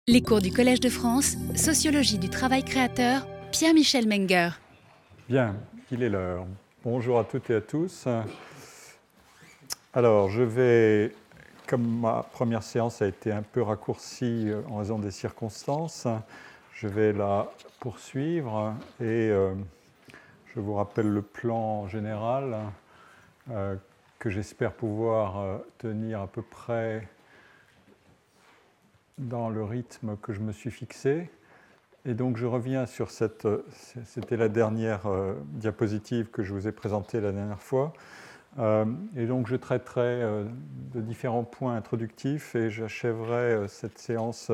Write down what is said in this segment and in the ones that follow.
Les cours du Collège de France, Sociologie du travail créateur, Pierre-Michel Menger. Bien, il est l'heure. Bonjour à toutes et à tous. Alors, je vais, comme ma première séance a été un peu raccourcie en raison des circonstances, je vais la poursuivre et je vous rappelle le plan général que j'espère pouvoir tenir à peu près dans le rythme que je me suis fixé. Et donc je reviens sur c'était la dernière diapositive que je vous ai présentée la dernière fois. Et donc je traiterai de différents points introductifs et j'achèverai cette séance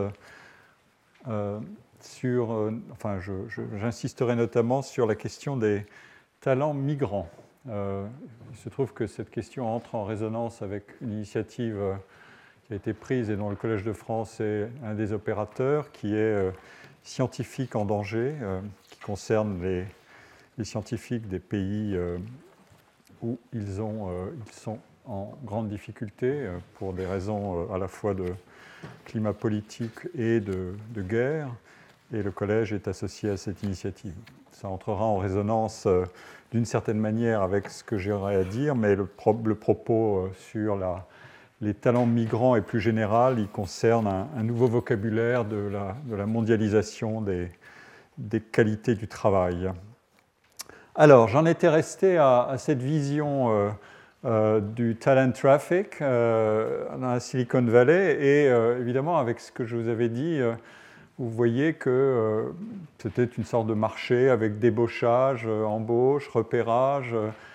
j'insisterai notamment sur la question des talents migrants. Il se trouve que cette question entre en résonance avec une initiative qui a été prise et dont le Collège de France est un des opérateurs, qui est Scientifiques en danger, qui concerne les scientifiques des pays où ils sont en grande difficulté pour des raisons à la fois de climat politique et de guerre. Et le Collège est associé à cette initiative. Ça entrera en résonance d'une certaine manière avec ce que j'aurai à dire, mais le propos sur les talents migrants et plus général, il concerne un nouveau vocabulaire de la mondialisation des qualités du travail. Alors, j'en étais resté à cette vision du talent traffic dans la Silicon Valley et évidemment, avec ce que je vous avais dit, vous voyez que c'était une sorte de marché avec débauchage, embauche, repérage.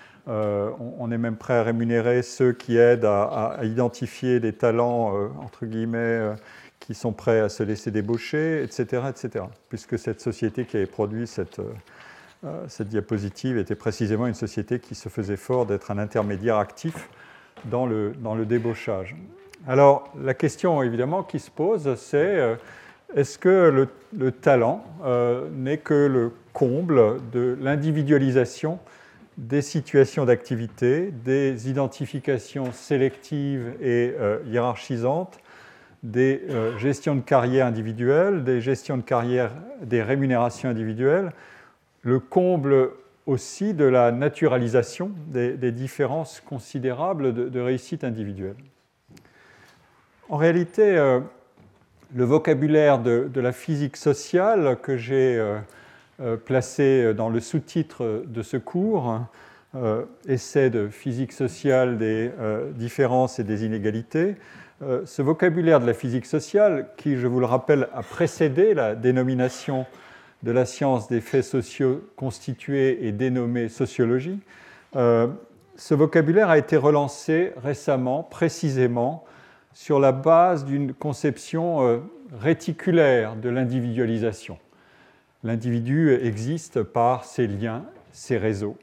On est même prêt à rémunérer ceux qui aident à identifier des talents, entre guillemets, qui sont prêts à se laisser débaucher, etc., etc. Puisque cette société qui avait produit cette diapositive était précisément une société qui se faisait fort d'être un intermédiaire actif dans le débauchage. Alors, la question, évidemment, qui se pose, c'est est-ce que le talent n'est que le comble de l'individualisation des situations d'activité, des identifications sélectives et hiérarchisantes, des gestions de carrière individuelles, des gestions de carrière, des rémunérations individuelles, le comble aussi de la naturalisation des différences considérables de réussite individuelle. En réalité, le vocabulaire de la physique sociale que j'ai placé dans le sous-titre de ce cours, Essai de physique sociale des différences et des inégalités. Ce vocabulaire de la physique sociale, qui, je vous le rappelle, a précédé la dénomination de la science des faits sociaux constitués et dénommée sociologie, ce vocabulaire a été relancé récemment, précisément, sur la base d'une conception réticulaire de l'individualisation. L'individu existe par ses liens, ses réseaux.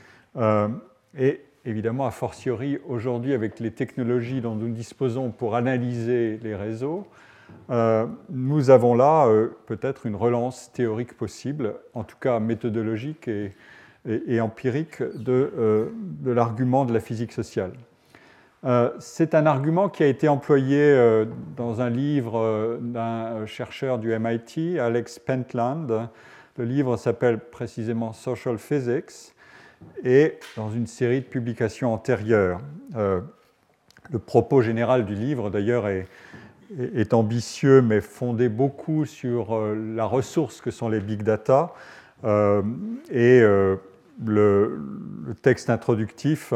Et évidemment, a fortiori, aujourd'hui, avec les technologies dont nous disposons pour analyser les réseaux, nous avons là peut-être une relance théorique possible, en tout cas méthodologique et empirique, de l'argument de la physique sociale. C'est un argument qui a été employé dans un livre d'un chercheur du MIT, Alex Pentland. Le livre s'appelle précisément Social Physics, et dans une série de publications antérieures. Le propos général du livre, d'ailleurs, est ambitieux, mais fondé beaucoup sur la ressource que sont les big data. Et le texte introductif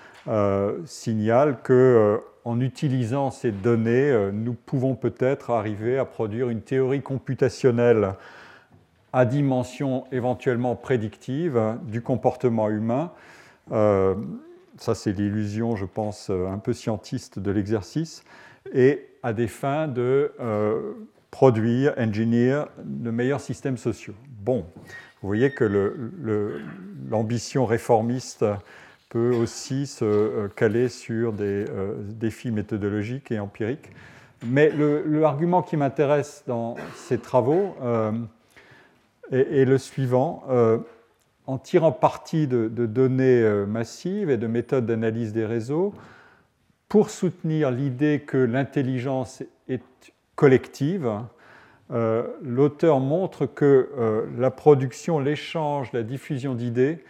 signale qu'en utilisant ces données, nous pouvons peut-être arriver à produire une théorie computationnelle à dimension éventuellement prédictive du comportement humain. Ça, c'est l'illusion, je pense, un peu scientiste de l'exercice, et à des fins de produire, engineer, de meilleurs systèmes sociaux. Bon, vous voyez que l'ambition réformiste peut aussi se caler sur des défis méthodologiques et empiriques. Mais l'argument qui m'intéresse dans ces travaux est le suivant. En tirant parti de données massives et de méthodes d'analyse des réseaux, pour soutenir l'idée que l'intelligence est collective, l'auteur montre que la production, l'échange, la diffusion d'idées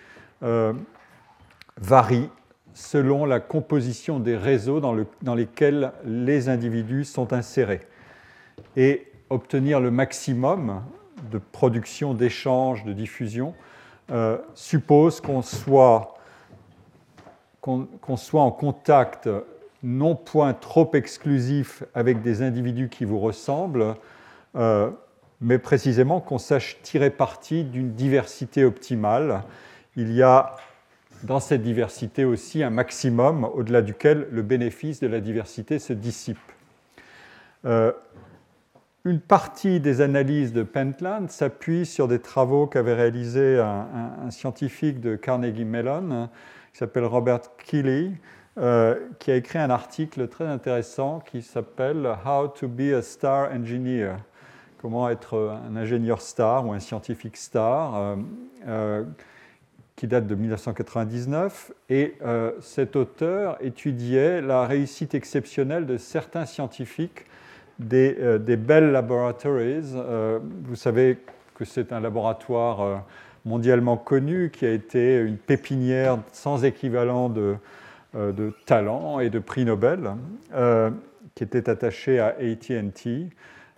varient selon la composition des réseaux dans lesquels les individus sont insérés. Et obtenir le maximum de production, d'échange, de diffusion suppose qu'on soit en contact non point trop exclusif avec des individus qui vous ressemblent, mais précisément qu'on sache tirer parti d'une diversité optimale. Il y a dans cette diversité aussi un maximum au-delà duquel le bénéfice de la diversité se dissipe. Une partie des analyses de Pentland s'appuie sur des travaux qu'avait réalisés un scientifique de Carnegie Mellon qui s'appelle Robert Keeley, qui a écrit un article très intéressant qui s'appelle « How to be a star engineer », comment être un ingénieur star ou un scientifique star, qui date de 1999. Et cet auteur étudiait la réussite exceptionnelle de certains scientifiques des Bell Laboratories. Vous savez que c'est un laboratoire mondialement connu qui a été une pépinière sans équivalent de talent et de prix Nobel, qui était attaché à AT&T.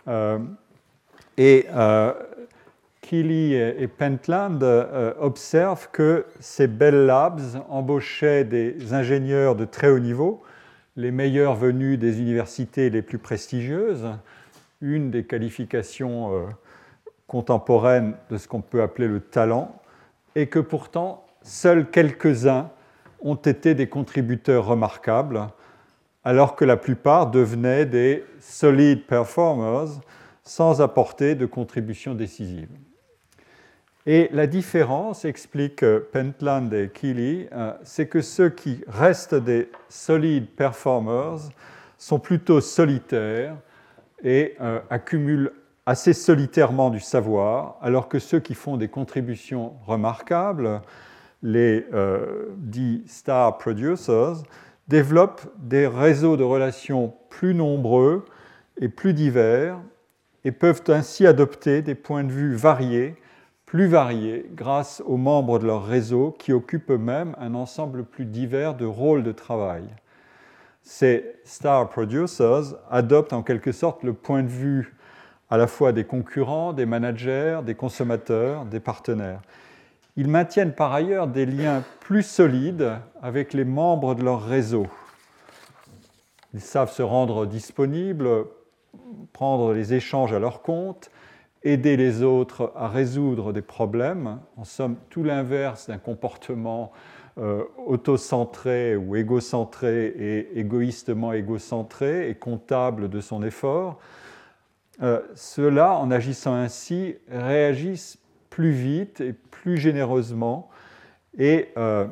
Keeley et Pentland observent que ces Bell Labs embauchaient des ingénieurs de très haut niveau, les meilleurs venus des universités les plus prestigieuses, une des qualifications contemporaines de ce qu'on peut appeler le talent, et que pourtant, seuls quelques-uns ont été des contributeurs remarquables, alors que la plupart devenaient des solid performers sans apporter de contribution décisive. Et la différence, explique Pentland et Keeley, c'est que ceux qui restent des solid performers sont plutôt solitaires et accumulent assez solitairement du savoir, alors que ceux qui font des contributions remarquables, les dits star producers, développent des réseaux de relations plus nombreux et plus divers et peuvent ainsi adopter des points de vue variés, plus variés, grâce aux membres de leur réseau qui occupent eux-mêmes un ensemble plus divers de rôles de travail. Ces star producers adoptent en quelque sorte le point de vue à la fois des concurrents, des managers, des consommateurs, des partenaires. Ils maintiennent par ailleurs des liens plus solides avec les membres de leur réseau. Ils savent se rendre disponibles, prendre les échanges à leur compte, aider les autres à résoudre des problèmes. En somme, tout l'inverse d'un comportement autocentré ou égocentré et égoïstement égocentré et comptable de son effort. Ceux-là, en agissant ainsi, réagissent plus vite et plus généreusement et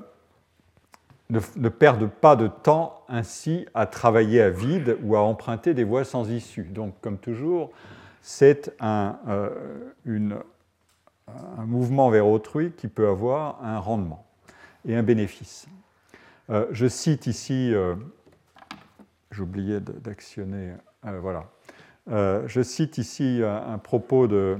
ne perdent pas de temps ainsi à travailler à vide ou à emprunter des voies sans issue. Donc, comme toujours, c'est un mouvement vers autrui qui peut avoir un rendement et un bénéfice. Je cite ici, j'oubliais d'actionner, voilà. Je cite ici un propos de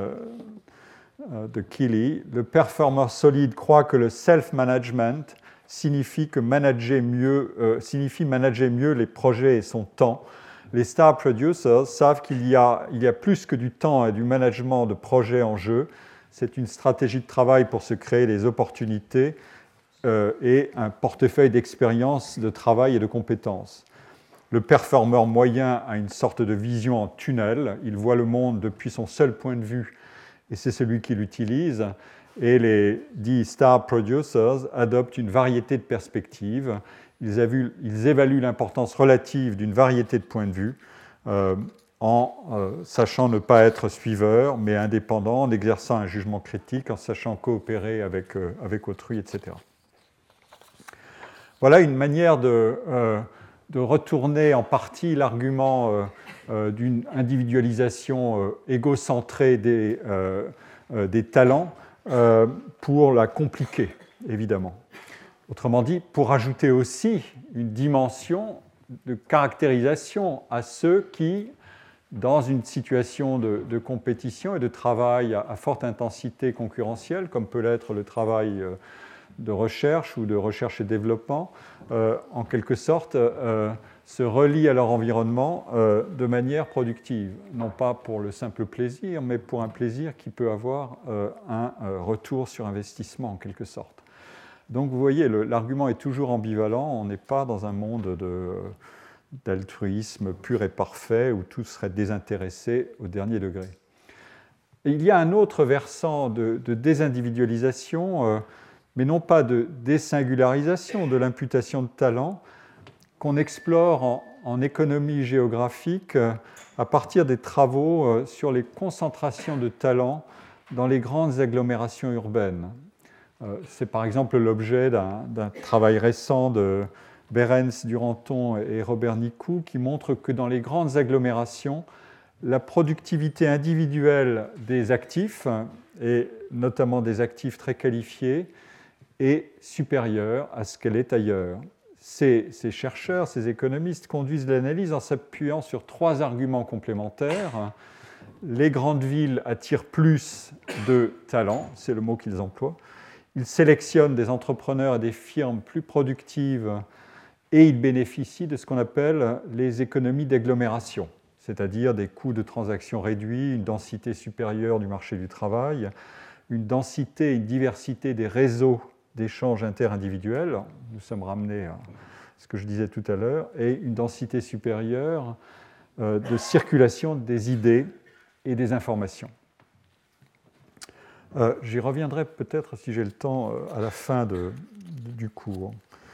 Keeley. Le performeur solide croit que le self-management signifie manager mieux les projets et son temps. Les star producers savent qu'il y a plus que du temps et du management de projets en jeu. C'est une stratégie de travail pour se créer des opportunités et un portefeuille d'expérience, de travail et de compétences. Le performeur moyen a une sorte de vision en tunnel. Il voit le monde depuis son seul point de vue et c'est celui qu'il utilise. Et les dits star producers adoptent une variété de perspectives. Ils évaluent l'importance relative d'une variété de points de vue en sachant ne pas être suiveurs, mais indépendants, en exerçant un jugement critique, en sachant coopérer avec autrui, etc. Voilà une manière de retourner en partie l'argument d'une individualisation égocentrée des talents pour la compliquer, évidemment. Autrement dit, pour ajouter aussi une dimension de caractérisation à ceux qui dans une situation de compétition et de travail à forte intensité concurrentielle, comme peut l'être le travail de recherche ou de recherche et développement, en quelque sorte, se relient à leur environnement de manière productive, non pas pour le simple plaisir, mais pour un plaisir qui peut avoir un retour sur investissement, en quelque sorte. Donc vous voyez, l'argument est toujours ambivalent, on n'est pas dans un monde d'altruisme pur et parfait où tout serait désintéressé au dernier degré. Et il y a un autre versant de désindividualisation, mais non pas de désingularisation de l'imputation de talent, qu'on explore en économie géographique à partir des travaux sur les concentrations de talent dans les grandes agglomérations urbaines. C'est par exemple l'objet d'un travail récent de Behrens, Duranton et Robert Nicou qui montre que dans les grandes agglomérations, la productivité individuelle des actifs, et notamment des actifs très qualifiés, est supérieure à ce qu'elle est ailleurs. Ces chercheurs, ces économistes conduisent l'analyse en s'appuyant sur 3 arguments complémentaires. Les grandes villes attirent plus de talents, c'est le mot qu'ils emploient. Ils sélectionnent des entrepreneurs et des firmes plus productives et ils bénéficient de ce qu'on appelle les économies d'agglomération, c'est-à-dire des coûts de transaction réduits, une densité supérieure du marché du travail, une densité et une diversité des réseaux d'échanges interindividuels, nous sommes ramenés à ce que je disais tout à l'heure, et une densité supérieure de circulation des idées et des informations. J'y reviendrai peut-être, si j'ai le temps, à la fin du cours.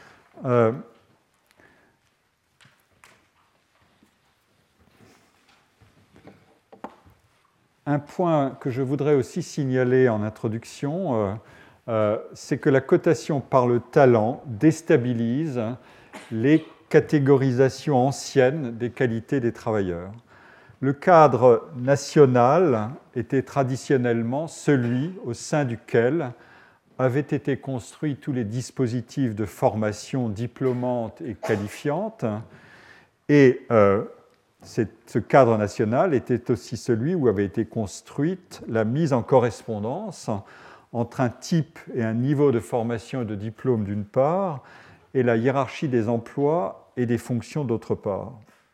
Un point que je voudrais aussi signaler en introduction, c'est que la cotation par le talent déstabilise les catégorisations anciennes des qualités des travailleurs. Le cadre national était traditionnellement celui au sein duquel avaient été construits tous les dispositifs de formation diplômante et qualifiante, et ce cadre national était aussi celui où avait été construite la mise en correspondance entre un type et un niveau de formation et de diplôme d'une part, et la hiérarchie des emplois et des fonctions d'autre part.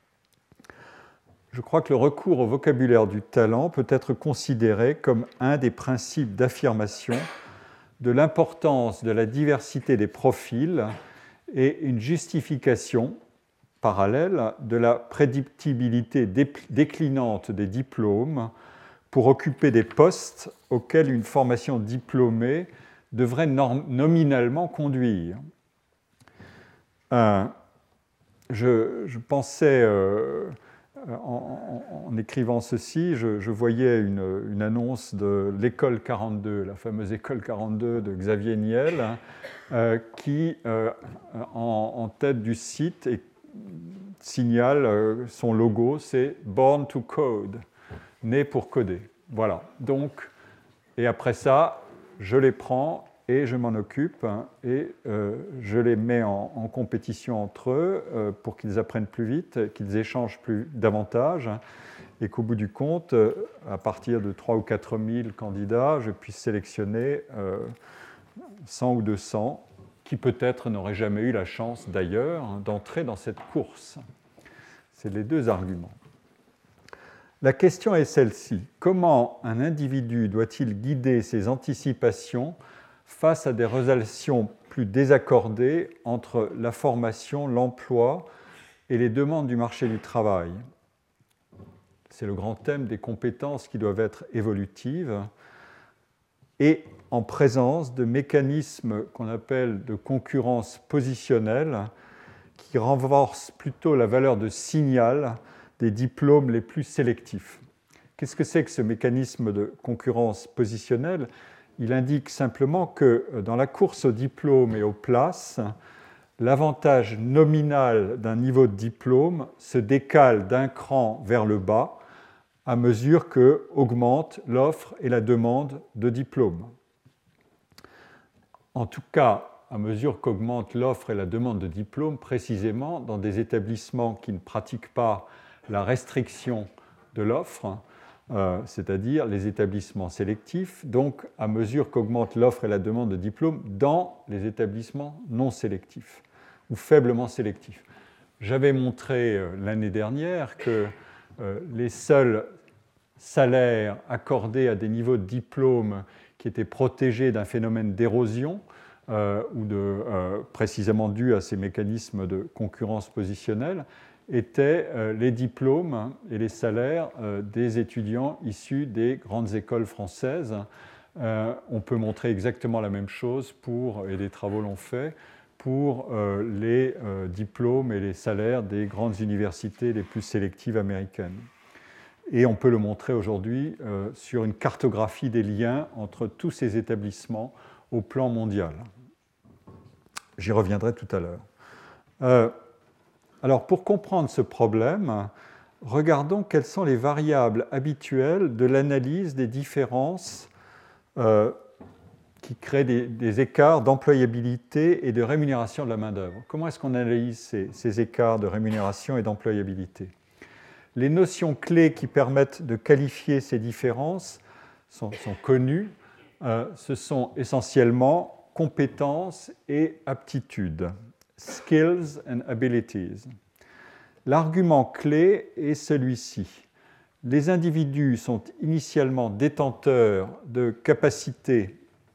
Je crois que le recours au vocabulaire du talent peut être considéré comme un des principes d'affirmation de l'importance de la diversité des profils et une justification parallèle de la prédictibilité déclinante des diplômes pour occuper des postes auxquels une formation diplômée devrait nominalement conduire. Je pensais, en écrivant ceci, je voyais une annonce de l'école 42, la fameuse école 42 de Xavier Niel, qui, en tête du site, signale son logo, c'est « Born to Code », né pour coder. Voilà. Donc, et après ça, je les prends et je m'en occupe et je les mets en compétition entre eux pour qu'ils apprennent plus vite, qu'ils échangent davantage et qu'au bout du compte, à partir de 3 ou 4 000 candidats, je puisse sélectionner 100 ou 200 qui peut-être n'auraient jamais eu la chance d'ailleurs d'entrer dans cette course. C'est les 2 arguments. La question est celle-ci. Comment un individu doit-il guider ses anticipations face à des relations plus désaccordées entre la formation, l'emploi et les demandes du marché du travail? C'est le grand thème des compétences qui doivent être évolutives et en présence de mécanismes qu'on appelle de concurrence positionnelle qui renforcent plutôt la valeur de signal des diplômes les plus sélectifs. Qu'est-ce que c'est que ce mécanisme de concurrence positionnelle? Il indique simplement que dans la course aux diplômes et aux places, l'avantage nominal d'un niveau de diplôme se décale d'un cran vers le bas à mesure qu'augmentent l'offre et la demande de diplômes. En tout cas, à mesure qu'augmente l'offre et la demande de diplômes, précisément dans des établissements qui ne pratiquent pas la restriction de l'offre, c'est-à-dire les établissements sélectifs, donc à mesure qu'augmente l'offre et la demande de diplômes dans les établissements non sélectifs ou faiblement sélectifs. J'avais montré l'année dernière que les seuls salaires accordés à des niveaux de diplôme qui étaient protégés d'un phénomène d'érosion ou précisément dû à ces mécanismes de concurrence positionnelle étaient les diplômes et les salaires des étudiants issus des grandes écoles françaises. On peut montrer exactement la même chose et des travaux l'ont fait, pour les diplômes et les salaires des grandes universités les plus sélectives américaines. Et on peut le montrer aujourd'hui sur une cartographie des liens entre tous ces établissements au plan mondial. J'y reviendrai tout à l'heure. Alors, pour comprendre ce problème, regardons quelles sont les variables habituelles de l'analyse des différences qui créent des écarts d'employabilité et de rémunération de la main-d'œuvre. Comment est-ce qu'on analyse ces écarts de rémunération et d'employabilité ? Les notions clés qui permettent de qualifier ces différences sont connues. Ce sont essentiellement compétences et aptitudes, skills and abilities. L'argument clé est celui-ci. Les individus sont initialement détenteurs de capacités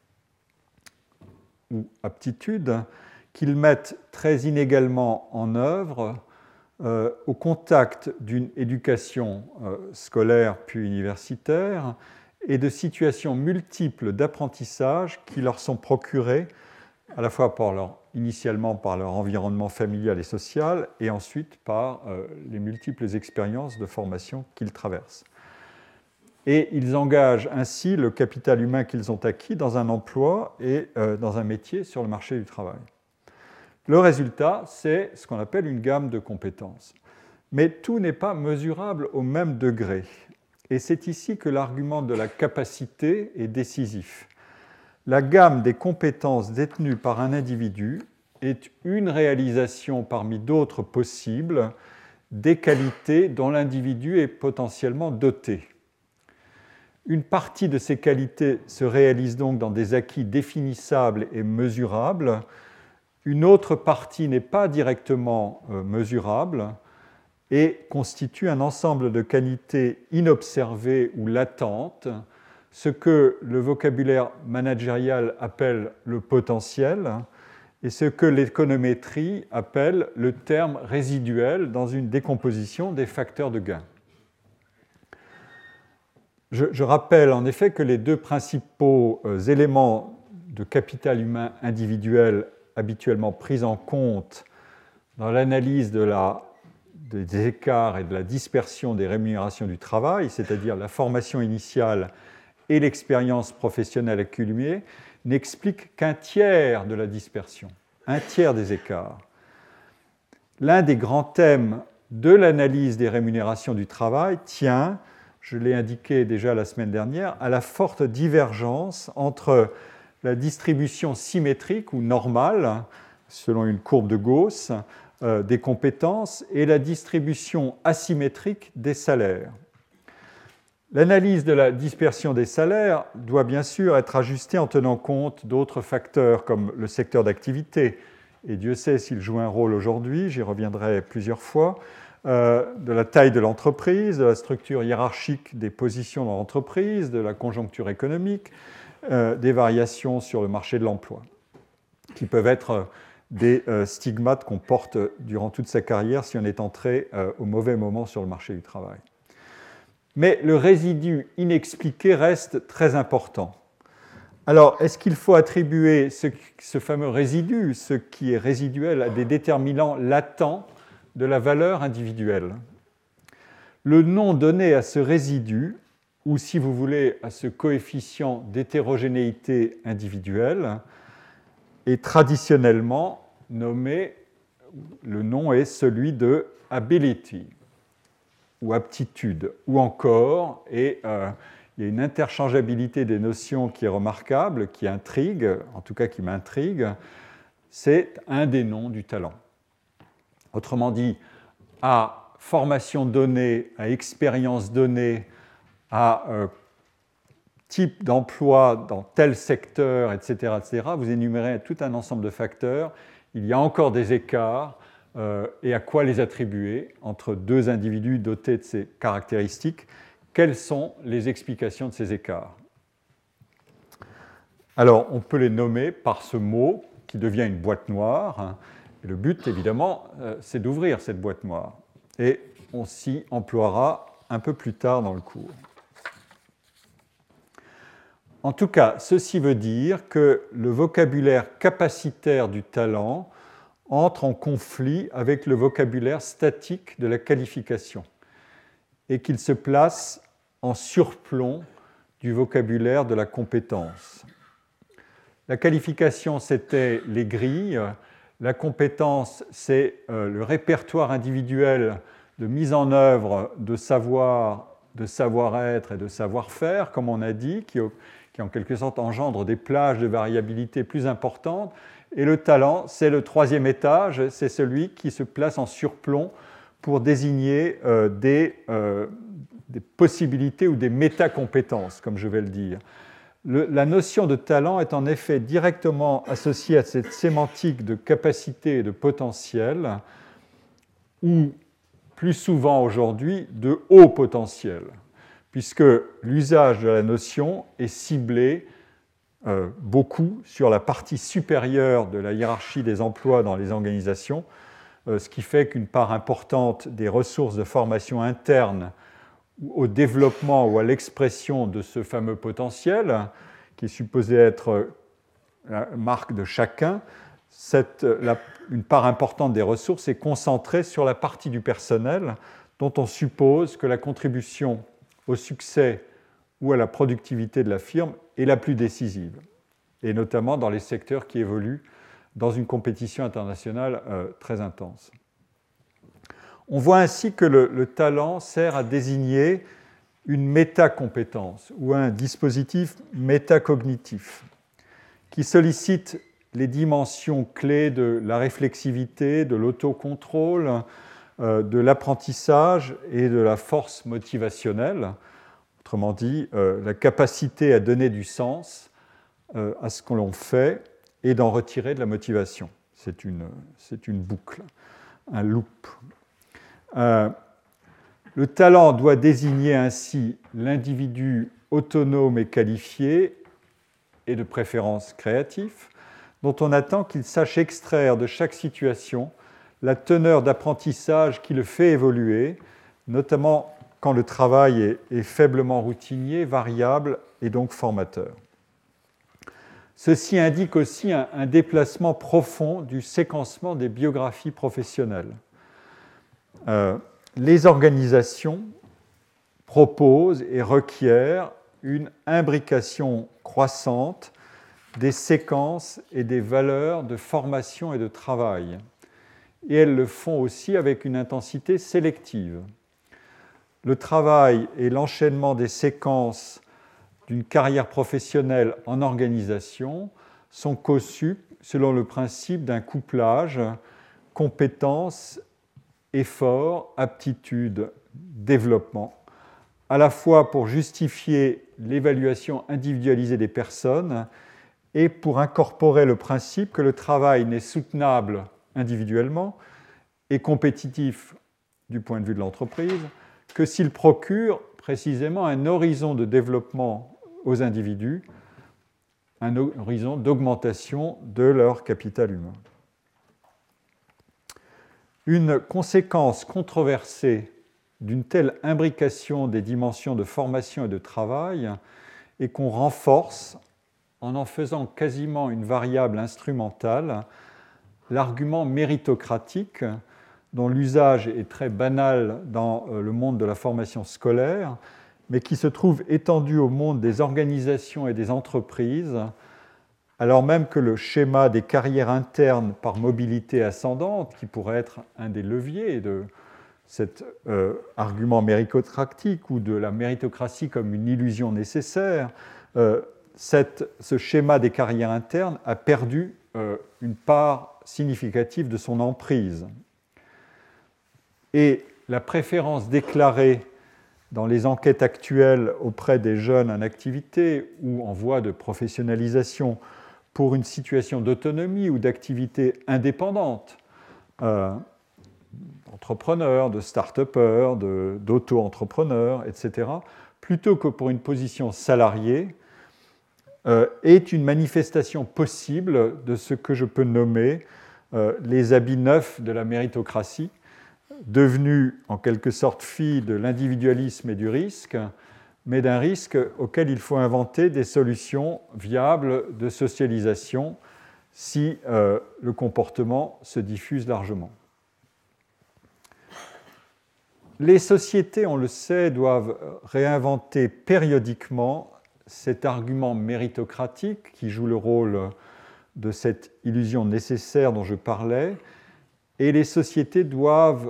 ou aptitudes qu'ils mettent très inégalement en œuvre au contact d'une éducation scolaire puis universitaire et de situations multiples d'apprentissage qui leur sont procurées à la fois initialement par leur environnement familial et social et ensuite par les multiples expériences de formation qu'ils traversent. Et ils engagent ainsi le capital humain qu'ils ont acquis dans un emploi et dans un métier sur le marché du travail. Le résultat, c'est ce qu'on appelle une gamme de compétences. Mais tout n'est pas mesurable au même degré. Et c'est ici que l'argument de la capacité est décisif. La gamme des compétences détenues par un individu est une réalisation parmi d'autres possibles des qualités dont l'individu est potentiellement doté. Une partie de ces qualités se réalise donc dans des acquis définissables et mesurables. Une autre partie n'est pas directement mesurable et constitue un ensemble de qualités inobservées ou latentes, ce que le vocabulaire managérial appelle le potentiel et ce que l'économétrie appelle le terme résiduel dans une décomposition des facteurs de gain. Je rappelle en effet que les deux principaux éléments de capital humain individuel habituellement pris en compte dans l'analyse des écarts et de la dispersion des rémunérations du travail, c'est-à-dire la formation initiale et l'expérience professionnelle accumulée, n'expliquent qu'un tiers de la dispersion, un tiers des écarts. L'un des grands thèmes de l'analyse des rémunérations du travail tient, je l'ai indiqué déjà la semaine dernière, à la forte divergence entre la distribution symétrique ou normale, selon une courbe de Gauss, des compétences et la distribution asymétrique des salaires. L'analyse de la dispersion des salaires doit bien sûr être ajustée en tenant compte d'autres facteurs comme le secteur d'activité, et Dieu sait s'il joue un rôle aujourd'hui, j'y reviendrai plusieurs fois, de la taille de l'entreprise, de la structure hiérarchique des positions dans l'entreprise, de la conjoncture économique, des variations sur le marché de l'emploi, qui peuvent être des stigmates qu'on porte durant toute sa carrière si on est entré au mauvais moment sur le marché du travail. Mais le résidu inexpliqué reste très important. Alors, est-ce qu'il faut attribuer ce fameux résidu, ce qui est résiduel, à des déterminants latents de la valeur individuelle ? Le nom donné à ce résidu, ou si vous voulez, à ce coefficient d'hétérogénéité individuelle, est traditionnellement nommé, le nom est celui de ability, ou aptitude, ou encore, et il y a une interchangeabilité des notions qui est remarquable, qui intrigue, en tout cas qui m'intrigue, c'est un des noms du talent. Autrement dit, à formation donnée, à expérience donnée, à type d'emploi dans tel secteur, etc., vous énumérez tout un ensemble de facteurs. Il y a encore des écarts et à quoi les attribuer entre deux individus dotés de ces caractéristiques. Quelles sont les explications de ces écarts? Alors, on peut les nommer par ce mot qui devient une boîte noire. Et le but, évidemment, c'est d'ouvrir cette boîte noire. Et on s'y emploiera un peu plus tard dans le cours. En tout cas, ceci veut dire que le vocabulaire capacitaire du talent entre en conflit avec le vocabulaire statique de la qualification et qu'il se place en surplomb du vocabulaire de la compétence. La qualification, c'était les grilles. La compétence, c'est le répertoire individuel de mise en œuvre de savoir, de savoir-être et de savoir-faire, comme on a dit, qui en quelque sorte engendre des plages de variabilité plus importantes. Et le talent, c'est le troisième étage, c'est celui qui se place en surplomb pour désigner des possibilités ou des métacompétences, comme je vais le dire. La notion de talent est en effet directement associée à cette sémantique de capacité et de potentiel, ou plus souvent aujourd'hui de haut potentiel, puisque l'usage de la notion est ciblé beaucoup sur la partie supérieure de la hiérarchie des emplois dans les organisations, ce qui fait qu'une part importante des ressources de formation interne au développement ou à l'expression de ce fameux potentiel, qui est supposé être la marque de chacun, une part importante des ressources est concentrée sur la partie du personnel dont on suppose que la contribution au succès ou à la productivité de la firme est la plus décisive, et notamment dans les secteurs qui évoluent dans une compétition internationale très intense. On voit ainsi que le talent sert à désigner une métacompétence ou un dispositif métacognitif qui sollicite les dimensions clés de la réflexivité, de l'autocontrôle, de l'apprentissage et de la force motivationnelle. Autrement dit, la capacité à donner du sens à ce que l'on fait et d'en retirer de la motivation. C'est une boucle, un loop. Le talent doit désigner ainsi l'individu autonome et qualifié, et de préférence créatif, dont on attend qu'il sache extraire de chaque situation la teneur d'apprentissage qui le fait évoluer, notamment quand le travail est faiblement routinier, variable et donc formateur. Ceci indique aussi un déplacement profond du séquencement des biographies professionnelles. Les organisations proposent et requièrent une imbrication croissante des séquences et des valeurs de formation et de travail. Et elles le font aussi avec une intensité sélective. Le travail et l'enchaînement des séquences d'une carrière professionnelle en organisation sont conçus selon le principe d'un couplage compétences, effort, aptitude, développement, à la fois pour justifier l'évaluation individualisée des personnes et pour incorporer le principe que le travail n'est soutenable individuellement et compétitif du point de vue de l'entreprise que s'il procure précisément un horizon de développement aux individus, un horizon d'augmentation de leur capital humain. Une conséquence controversée d'une telle imbrication des dimensions de formation et de travail est qu'on renforce, en faisant quasiment une variable instrumentale, l'argument méritocratique, dont l'usage est très banal dans le monde de la formation scolaire, mais qui se trouve étendu au monde des organisations et des entreprises, alors même que le schéma des carrières internes par mobilité ascendante, qui pourrait être un des leviers de cet argument méritocratique ou de la méritocratie comme une illusion nécessaire, ce schéma des carrières internes a perdu une part significative de son emprise. Et la préférence déclarée dans les enquêtes actuelles auprès des jeunes en activité ou en voie de professionnalisation pour une situation d'autonomie ou d'activité indépendante, d'entrepreneurs, de start-upers, d'auto-entrepreneurs, etc., plutôt que pour une position salariée, est une manifestation possible de ce que je peux nommer les habits neufs de la méritocratie, devenue en quelque sorte fille de l'individualisme et du risque, mais d'un risque auquel il faut inventer des solutions viables de socialisation si le comportement se diffuse largement. Les sociétés, on le sait, doivent réinventer périodiquement cet argument méritocratique qui joue le rôle de cette illusion nécessaire dont je parlais, et les sociétés doivent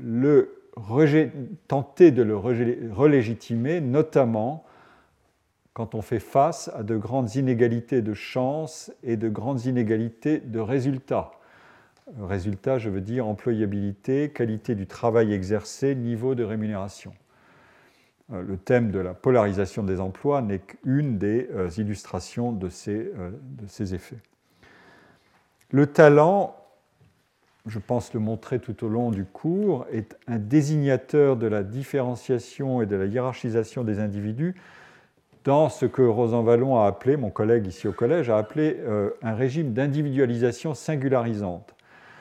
tenter de le relégitimer, notamment quand on fait face à de grandes inégalités de chances et de grandes inégalités de résultats. Résultats, je veux dire employabilité, qualité du travail exercé, niveau de rémunération. Le thème de la polarisation des emplois n'est qu'une des illustrations de ces effets. Le talent, je pense le montrer tout au long du cours, est un désignateur de la différenciation et de la hiérarchisation des individus dans ce que Rosan-Vallon a appelé, mon collègue ici au collège, a appelé un régime d'individualisation singularisante.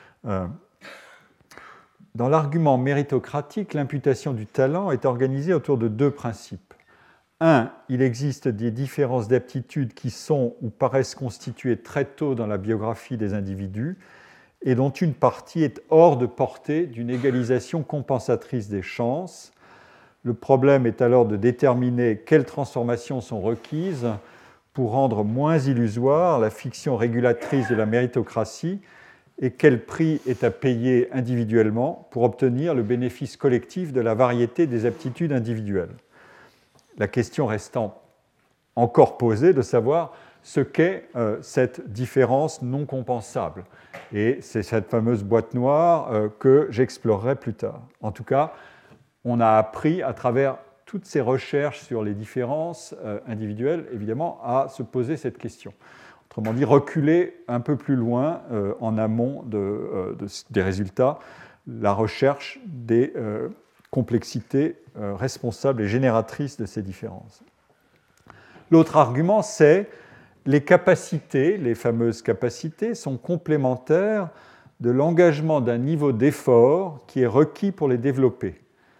Dans l'argument méritocratique, l'imputation du talent est organisée autour de deux principes. Un, il existe des différences d'aptitude qui sont ou paraissent constituées très tôt dans la biographie des individus et dont une partie est hors de portée d'une égalisation compensatrice des chances. Le problème est alors de déterminer quelles transformations sont requises pour rendre moins illusoire la fiction régulatrice de la méritocratie et quel prix est à payer individuellement pour obtenir le bénéfice collectif de la variété des aptitudes individuelles. La question restant encore posée de savoir ce qu'est cette différence non compensable. Et c'est cette fameuse boîte noire que j'explorerai plus tard. En tout cas, on a appris à travers toutes ces recherches sur les différences individuelles, évidemment, à se poser cette question. Autrement dit, reculer un peu plus loin en amont des résultats, la recherche des complexités responsables et génératrices de ces différences. L'autre argument, c'est les capacités, les fameuses capacités, sont complémentaires de l'engagement d'un niveau d'effort qui est requis pour les développer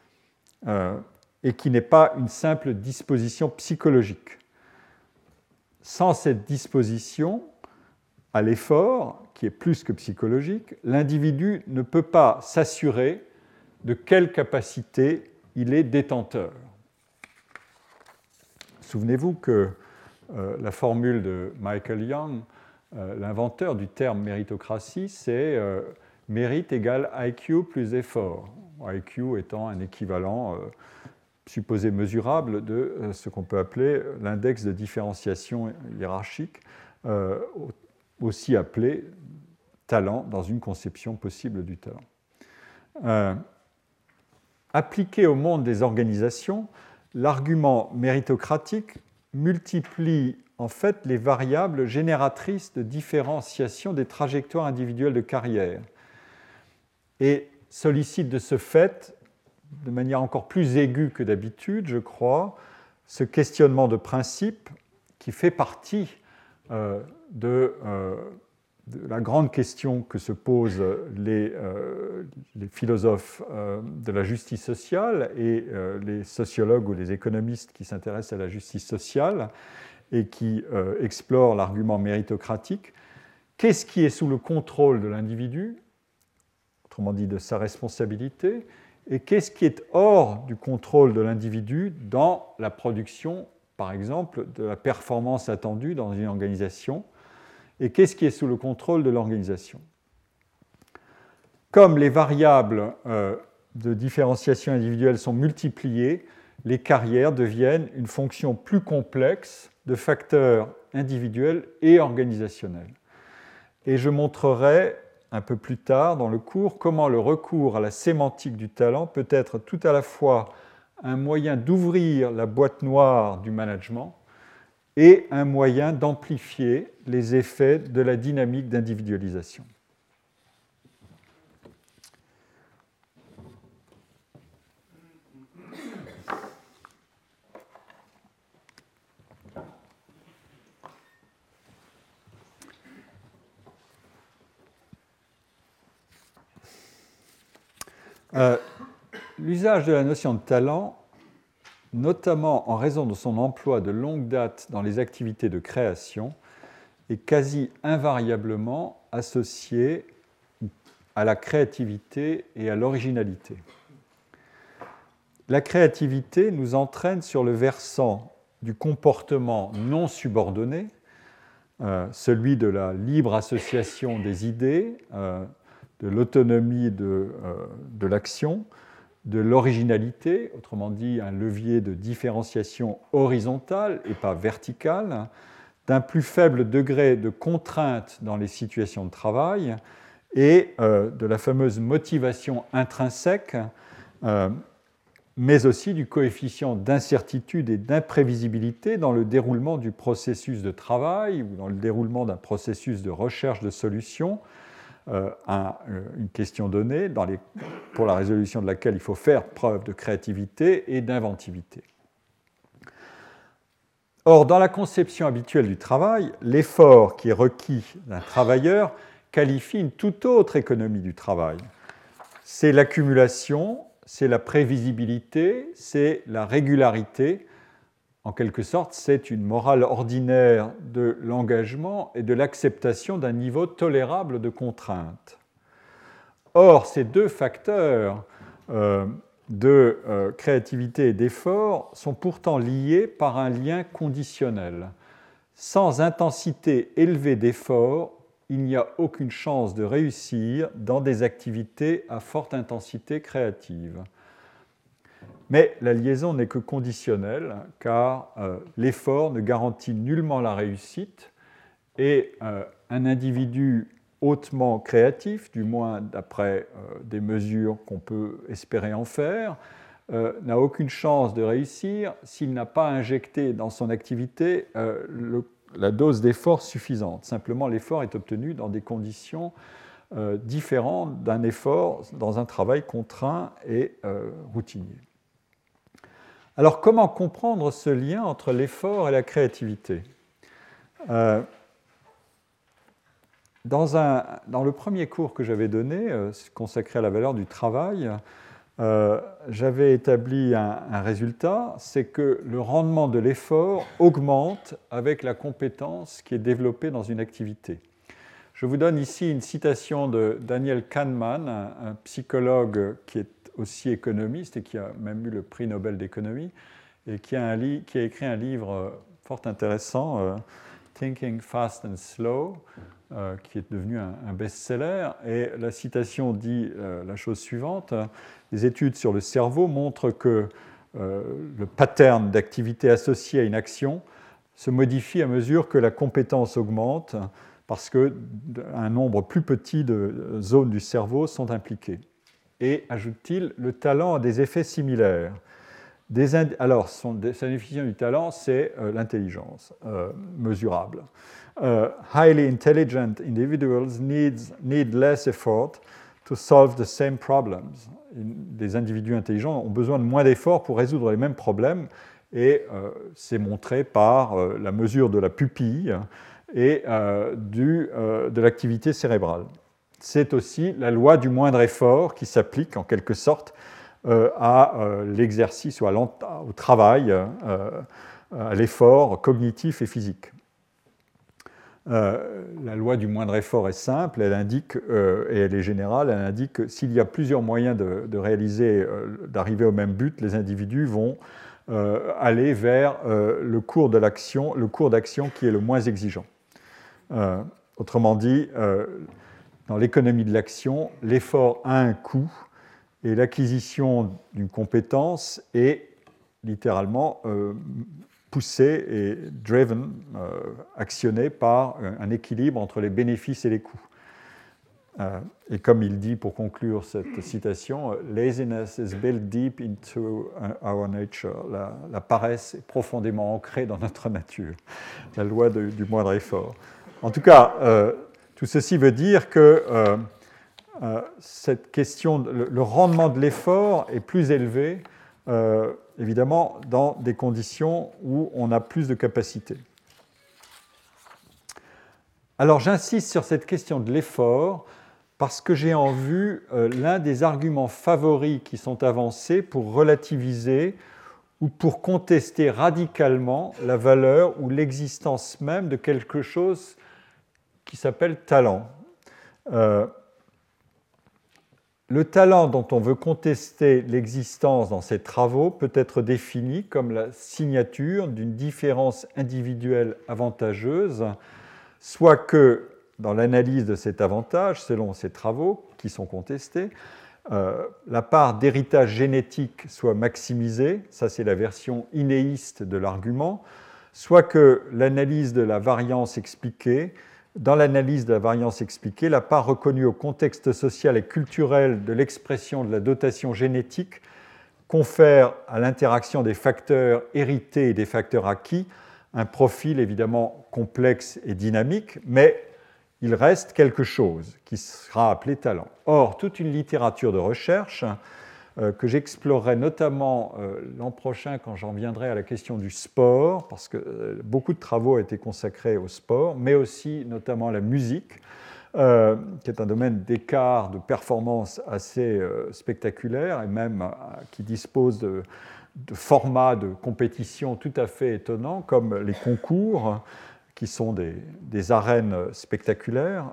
et qui n'est pas une simple disposition psychologique. Sans cette disposition à l'effort, qui est plus que psychologique, l'individu ne peut pas s'assurer de quelle capacité il est détenteur. Souvenez-vous que la formule de Michael Young, l'inventeur du terme méritocratie, c'est mérite égale IQ plus effort. IQ étant un équivalent supposé mesurable de ce qu'on peut appeler l'index de différenciation hiérarchique, aussi appelé talent dans une conception possible du talent. Appliqué au monde des organisations, l'argument méritocratique multiplie en fait les variables génératrices de différenciation des trajectoires individuelles de carrière et sollicite de ce fait, de manière encore plus aiguë que d'habitude, je crois, ce questionnement de principe qui fait partie de la grande question que se posent les philosophes de la justice sociale et les sociologues ou les économistes qui s'intéressent à la justice sociale et qui explorent l'argument méritocratique. Qu'est-ce qui est sous le contrôle de l'individu, autrement dit de sa responsabilité, et qu'est-ce qui est hors du contrôle de l'individu dans la production, par exemple, de la performance attendue dans une organisation, et qu'est-ce qui est sous le contrôle de l'organisation. Comme les variables de différenciation individuelle sont multipliées, les carrières deviennent une fonction plus complexe de facteurs individuels et organisationnels. Et je montrerai un peu plus tard dans le cours comment le recours à la sémantique du talent peut être tout à la fois un moyen d'ouvrir la boîte noire du management et un moyen d'amplifier les effets de la dynamique d'individualisation. L'usage de la notion de talent, notamment en raison de son emploi de longue date dans les activités de création, est quasi invariablement associé à la créativité et à l'originalité. La créativité nous entraîne sur le versant du comportement non subordonné, celui de la libre association des idées, de l'autonomie de l'action, de l'originalité, autrement dit un levier de différenciation horizontale et pas verticale, d'un plus faible degré de contrainte dans les situations de travail et de la fameuse motivation intrinsèque, mais aussi du coefficient d'incertitude et d'imprévisibilité dans le déroulement du processus de travail ou dans le déroulement d'un processus de recherche de solutions à une question donnée pour la résolution de laquelle il faut faire preuve de créativité et d'inventivité. Or, dans la conception habituelle du travail, l'effort qui est requis d'un travailleur qualifie une toute autre économie du travail. C'est l'accumulation, c'est la prévisibilité, c'est la régularité. En quelque sorte, c'est une morale ordinaire de l'engagement et de l'acceptation d'un niveau tolérable de contrainte. Or, ces deux facteurs de créativité et d'effort sont pourtant liés par un lien conditionnel. Sans intensité élevée d'effort, il n'y a aucune chance de réussir dans des activités à forte intensité créative. Mais la liaison n'est que conditionnelle, car l'effort ne garantit nullement la réussite, et un individu hautement créatif, du moins d'après des mesures qu'on peut espérer en faire, n'a aucune chance de réussir s'il n'a pas injecté dans son activité la dose d'effort suffisante. Simplement, l'effort est obtenu dans des conditions différentes d'un effort dans un travail contraint et routinier. Alors, comment comprendre ce lien entre l'effort et la créativité ? Dans le premier cours que j'avais donné, consacré à la valeur du travail, j'avais établi un résultat, c'est que le rendement de l'effort augmente avec la compétence qui est développée dans une activité. Je vous donne ici une citation de Daniel Kahneman, un psychologue qui est aussi économiste et qui a même eu le prix Nobel d'économie, et qui a écrit un livre fort intéressant, Thinking Fast and Slow, qui est devenu un best-seller. Et la citation dit la chose suivante: les études sur le cerveau montrent que le pattern d'activité associé à une action se modifie à mesure que la compétence augmente, parce qu'un nombre plus petit de zones du cerveau sont impliquées. Et, ajoute-t-il, le talent a des effets similaires. Alors, sa définition du talent, c'est l'intelligence mesurable. Highly intelligent individuals need less effort to solve the same problems. Des individus intelligents ont besoin de moins d'efforts pour résoudre les mêmes problèmes, et c'est montré par la mesure de la pupille et de l'activité cérébrale. C'est aussi la loi du moindre effort qui s'applique en quelque sorte à l'exercice ou au travail, à l'effort cognitif et physique. La loi du moindre effort est simple, elle indique, et elle est générale, elle indique que s'il y a plusieurs moyens d'arriver au même but, les individus vont aller vers le cours d'action qui est le moins exigeant. Autrement dit, dans l'économie de l'action, l'effort a un coût et l'acquisition d'une compétence est littéralement poussée et driven, actionnée par un équilibre entre les bénéfices et les coûts. Et comme il dit pour conclure cette citation, laziness is built deep into our nature. La paresse est profondément ancrée dans notre nature. La loi du moindre effort. En tout cas, tout ceci veut dire que cette question, le rendement de l'effort est plus élevé, évidemment, dans des conditions où on a plus de capacité. Alors j'insiste sur cette question de l'effort parce que j'ai en vue l'un des arguments favoris qui sont avancés pour relativiser ou pour contester radicalement la valeur ou l'existence même de quelque chose qui s'appelle talent. Le talent dont on veut contester l'existence dans ces travaux peut être défini comme la signature d'une différence individuelle avantageuse, soit que, dans l'analyse de cet avantage, selon ces travaux qui sont contestés, la part d'héritage génétique soit maximisée, ça c'est la version inéiste de l'argument, soit que l'analyse de la variance expliquée, dans l'analyse de la variance expliquée, la part reconnue au contexte social et culturel de l'expression de la dotation génétique confère à l'interaction des facteurs hérités et des facteurs acquis un profil évidemment complexe et dynamique, mais il reste quelque chose qui sera appelé talent. Or, toute une littérature de recherche que j'explorerai notamment l'an prochain quand j'en viendrai à la question du sport, parce que beaucoup de travaux ont été consacrés au sport, mais aussi notamment à la musique, qui est un domaine d'écart, de performance assez spectaculaire, et même qui dispose de formats de compétition tout à fait étonnants, comme les concours, qui sont des arènes spectaculaires,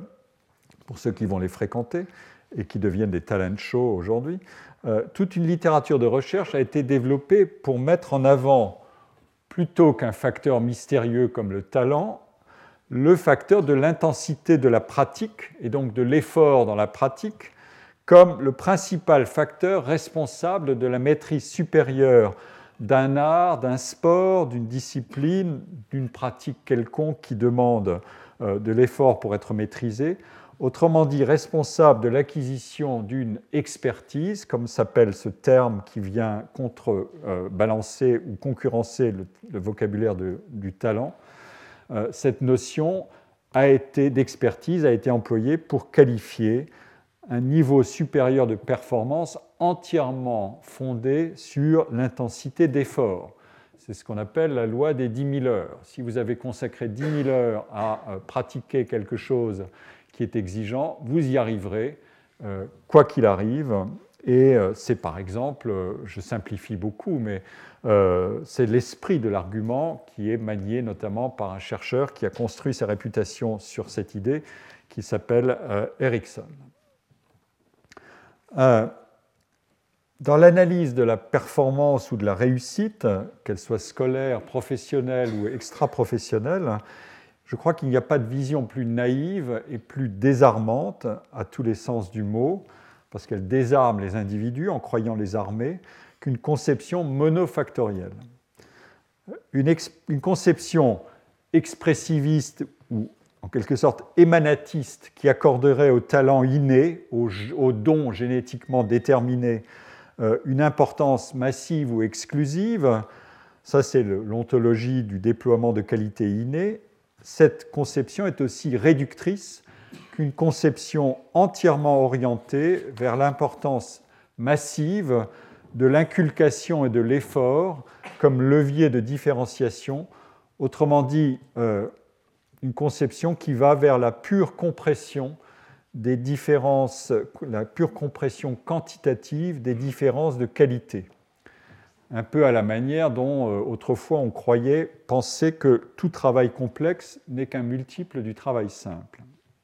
pour ceux qui vont les fréquenter, et qui deviennent des talent shows aujourd'hui. Toute une littérature de recherche a été développée pour mettre en avant, plutôt qu'un facteur mystérieux comme le talent, le facteur de l'intensité de la pratique, et donc de l'effort dans la pratique, comme le principal facteur responsable de la maîtrise supérieure d'un art, d'un sport, d'une discipline, d'une pratique quelconque qui demande de l'effort pour être maîtrisée. Autrement dit, responsable de l'acquisition d'une expertise, comme s'appelle ce terme qui vient contrebalancer ou concurrencer le vocabulaire du talent. Cette notion d'expertise a été employée pour qualifier un niveau supérieur de performance entièrement fondé sur l'intensité d'effort. C'est ce qu'on appelle la loi des 10 000 heures. Si vous avez consacré 10 000 heures à pratiquer quelque chose qui est exigeant, vous y arriverez, quoi qu'il arrive. Et c'est par exemple, je simplifie beaucoup, mais c'est l'esprit de l'argument qui est manié notamment par un chercheur qui a construit sa réputation sur cette idée, qui s'appelle Erickson. Dans l'analyse de la performance ou de la réussite, qu'elle soit scolaire, professionnelle ou extra-professionnelle, je crois qu'il n'y a pas de vision plus naïve et plus désarmante, à tous les sens du mot, parce qu'elle désarme les individus en croyant les armer, qu'une conception monofactorielle. Une conception expressiviste ou en quelque sorte émanatiste qui accorderait au talent inné, au don génétiquement déterminé, une importance massive ou exclusive, ça c'est l'ontologie du déploiement de qualités innées. Cette conception est aussi réductrice qu'une conception entièrement orientée vers l'importance massive de l'inculcation et de l'effort comme levier de différenciation, autrement dit, une conception qui va vers la pure compression des différences, la pure compression quantitative des différences de qualité. Un peu à la manière dont autrefois on pensait que tout travail complexe n'est qu'un multiple du travail simple.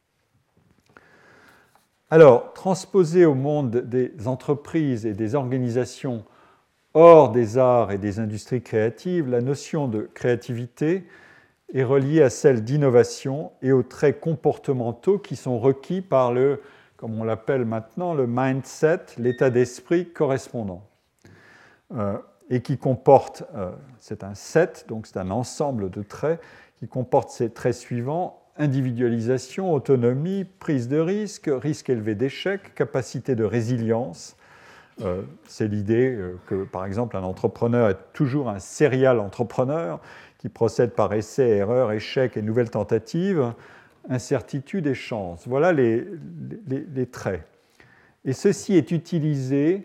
Alors, transposer au monde des entreprises et des organisations hors des arts et des industries créatives, la notion de créativité est reliée à celle d'innovation et aux traits comportementaux qui sont requis par comme on l'appelle maintenant, le mindset, l'état d'esprit correspondant. Et qui comporte, c'est un set, donc c'est un ensemble de traits, qui comporte ces traits suivants, individualisation, autonomie, prise de risque, risque élevé d'échec, capacité de résilience. C'est l'idée que, par exemple, un entrepreneur est toujours un serial entrepreneur qui procède par essai, erreur, échec et nouvelles tentatives, incertitude et chance. Voilà les traits. Et ceci est utilisé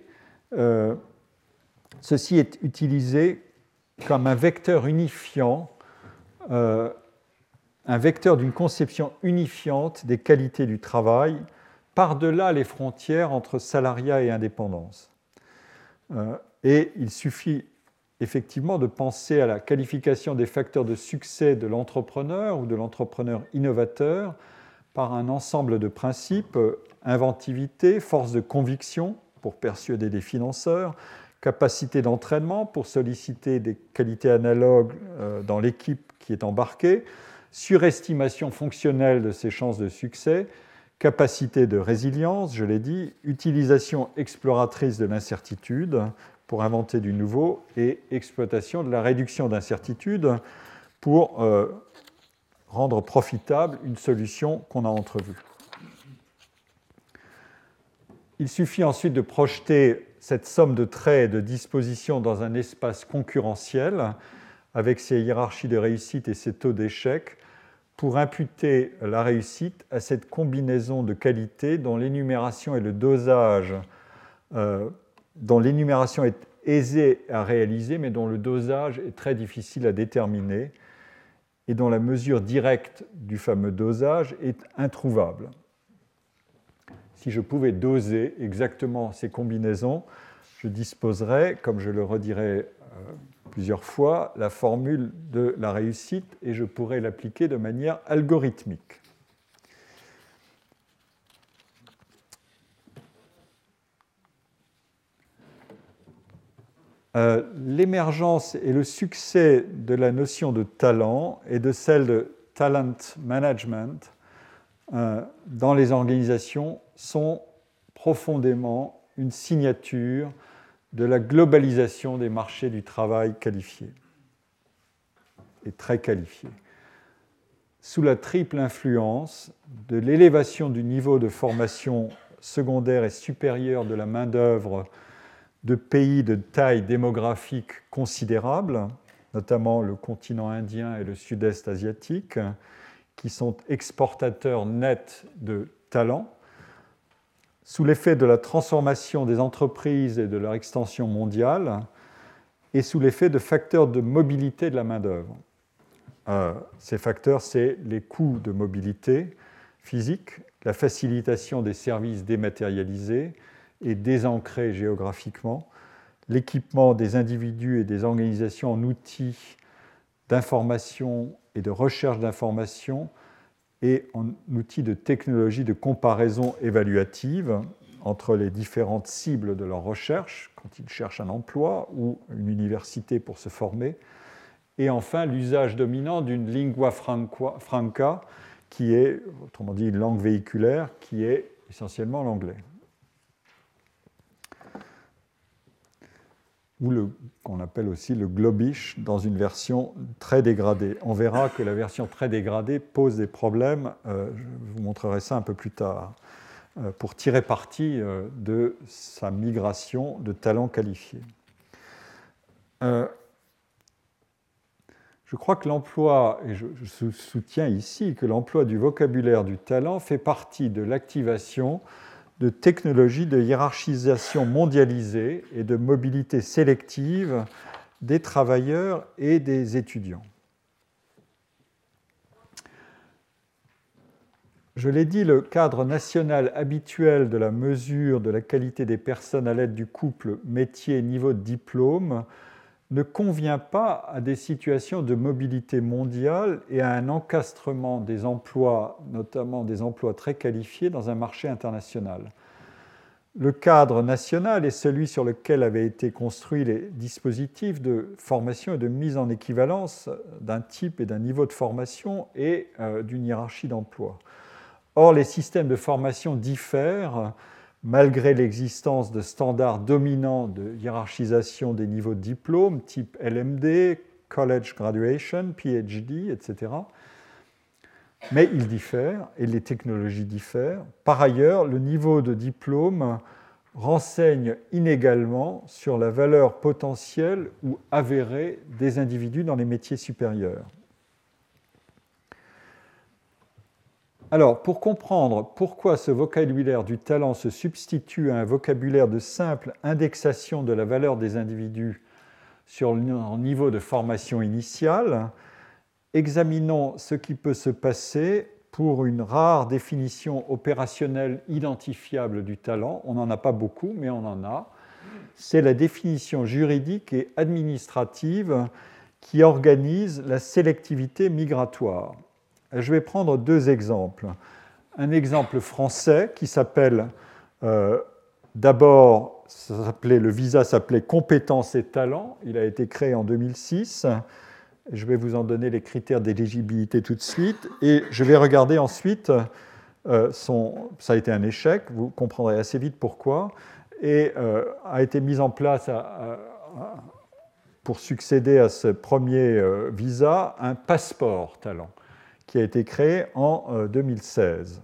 comme un vecteur unifiant, un vecteur d'une conception unifiante des qualités du travail, par-delà les frontières entre salariat et indépendance. Et il suffit effectivement de penser à la qualification des facteurs de succès de l'entrepreneur ou de l'entrepreneur innovateur par un ensemble de principes: inventivité, force de conviction pour persuader des financeurs, capacité d'entraînement pour solliciter des qualités analogues dans l'équipe qui est embarquée, surestimation fonctionnelle de ses chances de succès, capacité de résilience, je l'ai dit, utilisation exploratrice de l'incertitude pour inventer du nouveau et exploitation de la réduction d'incertitude pour rendre profitable une solution qu'on a entrevue. Il suffit ensuite de projeter cette somme de traits et de dispositions dans un espace concurrentiel avec ses hiérarchies de réussite et ses taux d'échec pour imputer la réussite à cette combinaison de qualités dont l'énumération et le dosage, dont l'énumération est aisée à réaliser, mais dont le dosage est très difficile à déterminer et dont la mesure directe du fameux dosage est introuvable. Si je pouvais doser exactement ces combinaisons, je disposerais, comme je le redirai plusieurs fois, la formule de la réussite et je pourrais l'appliquer de manière algorithmique. L'émergence et le succès de la notion de talent et de celle de talent management dans les organisations sont profondément une signature de la globalisation des marchés du travail qualifiés et très qualifiés, sous la triple influence de l'élévation du niveau de formation secondaire et supérieure de la main-d'œuvre de pays de taille démographique considérable, notamment le continent indien et le sud-est asiatique, qui sont exportateurs nets de talents, sous l'effet de la transformation des entreprises et de leur extension mondiale, et sous l'effet de facteurs de mobilité de la main-d'œuvre. Ces facteurs, c'est les coûts de mobilité physique, la facilitation des services dématérialisés et désancrés géographiquement, l'équipement des individus et des organisations en outils d'information et de recherche d'information et en outils de technologie de comparaison évaluative entre les différentes cibles de leur recherche, quand ils cherchent un emploi ou une université pour se former, et enfin l'usage dominant d'une lingua franca, qui est, autrement dit, une langue véhiculaire, qui est essentiellement l'anglais. Ou qu'on appelle aussi le globish dans une version très dégradée. On verra que la version très dégradée pose des problèmes, je vous montrerai ça un peu plus tard, pour tirer parti de sa migration de talents qualifiés. Je crois que l'emploi, et je soutiens ici que l'emploi du vocabulaire du talent fait partie de l'activation de technologies de hiérarchisation mondialisée et de mobilité sélective des travailleurs et des étudiants. Je l'ai dit, le cadre national habituel de la mesure de la qualité des personnes à l'aide du couple métier-niveau de diplôme ne convient pas à des situations de mobilité mondiale et à un encastrement des emplois, notamment des emplois très qualifiés, dans un marché international. Le cadre national est celui sur lequel avaient été construits les dispositifs de formation et de mise en équivalence d'un type et d'un niveau de formation et d'une hiérarchie d'emploi. Or, les systèmes de formation diffèrent malgré l'existence de standards dominants de hiérarchisation des niveaux de diplôme, type LMD, College Graduation, PhD, etc. mais ils diffèrent et les technologies diffèrent. Par ailleurs, le niveau de diplôme renseigne inégalement sur la valeur potentielle ou avérée des individus dans les métiers supérieurs. Alors, pour comprendre pourquoi ce vocabulaire du talent se substitue à un vocabulaire de simple indexation de la valeur des individus sur leur niveau de formation initiale, examinons ce qui peut se passer pour une rare définition opérationnelle identifiable du talent. On n'en a pas beaucoup, mais on en a. C'est la définition juridique et administrative qui organise la sélectivité migratoire. Je vais prendre deux exemples. Un exemple français qui s'appelle, d'abord, le visa s'appelait Compétences et talents. Il a été créé en 2006. Je vais vous en donner les critères d'éligibilité tout de suite. Et je vais regarder ensuite, ça a été un échec, vous comprendrez assez vite pourquoi, et a été mis en place pour succéder à ce premier visa, un passeport talent, qui a été créé en 2016.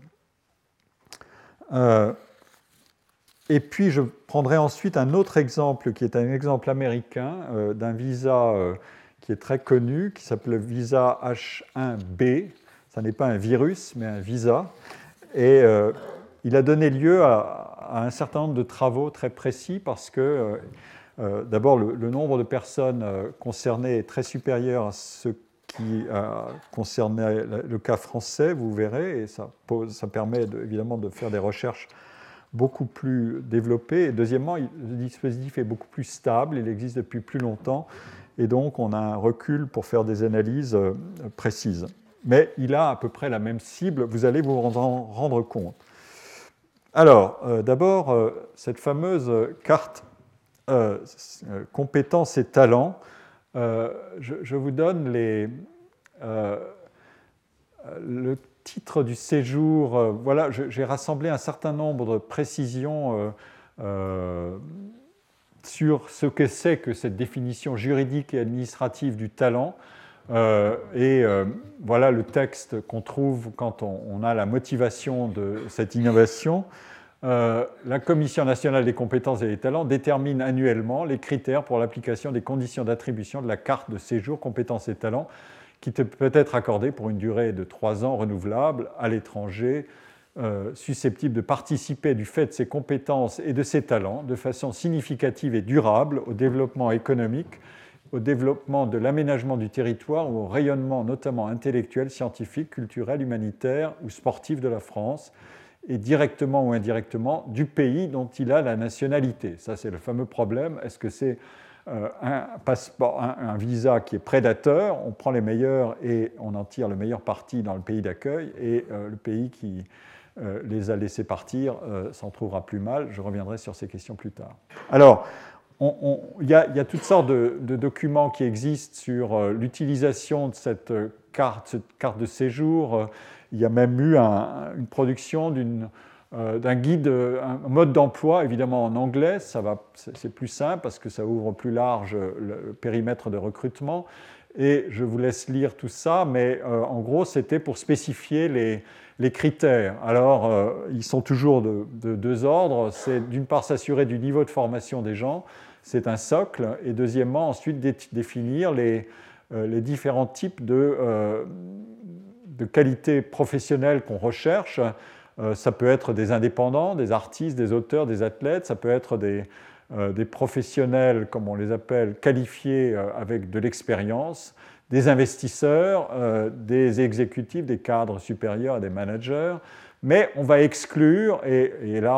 Et puis je prendrai ensuite un autre exemple, qui est un exemple américain, d'un visa qui est très connu, qui s'appelle le visa H1B. Ça n'est pas un virus, mais un visa. Et il a donné lieu à un certain nombre de travaux très précis parce que, d'abord, le nombre de personnes concernées est très supérieur à ce qui concernait le cas français, vous verrez, et ça permet évidemment de faire des recherches beaucoup plus développées. Et deuxièmement, le dispositif est beaucoup plus stable, il existe depuis plus longtemps, et donc on a un recul pour faire des analyses précises. Mais il a à peu près la même cible, vous allez vous en rendre compte. Alors, d'abord, cette fameuse carte compétences et talents, je vous donne le titre du séjour. Voilà, j'ai rassemblé un certain nombre de précisions sur ce que c'est que cette définition juridique et administrative du talent. Voilà le texte qu'on trouve quand on a la motivation de cette innovation. La Commission nationale des compétences et des talents détermine annuellement les critères pour l'application des conditions d'attribution de la carte de séjour compétences et talents qui peut être accordée pour une durée de 3 ans renouvelable à l'étranger, susceptible de participer du fait de ses compétences et de ses talents de façon significative et durable au développement économique, au développement de l'aménagement du territoire ou au rayonnement notamment intellectuel, scientifique, culturel, humanitaire ou sportif de la France, et directement ou indirectement du pays dont il a la nationalité. Ça, c'est le fameux problème. Est-ce que c'est un passeport, un visa qui est prédateur? On prend les meilleurs et on en tire le meilleur parti dans le pays d'accueil, et le pays qui les a laissés partir s'en trouvera plus mal. Je reviendrai sur ces questions plus tard. Alors, il y a toutes sortes de documents qui existent sur l'utilisation de cette carte de séjour. Il y a même eu une production d'un guide, un mode d'emploi, évidemment en anglais. C'est plus simple parce que ça ouvre plus large le périmètre de recrutement. Et je vous laisse lire tout ça, mais en gros, c'était pour spécifier les critères. Alors, ils sont toujours de deux ordres. C'est d'une part s'assurer du niveau de formation des gens, c'est un socle, et deuxièmement, ensuite définir les différents types de qualités professionnelles qu'on recherche. Ça peut être des indépendants, des artistes, des auteurs, des athlètes, ça peut être des professionnels, comme on les appelle, qualifiés avec de l'expérience, des investisseurs, des exécutifs, des cadres supérieurs et des managers. Mais on va exclure, et là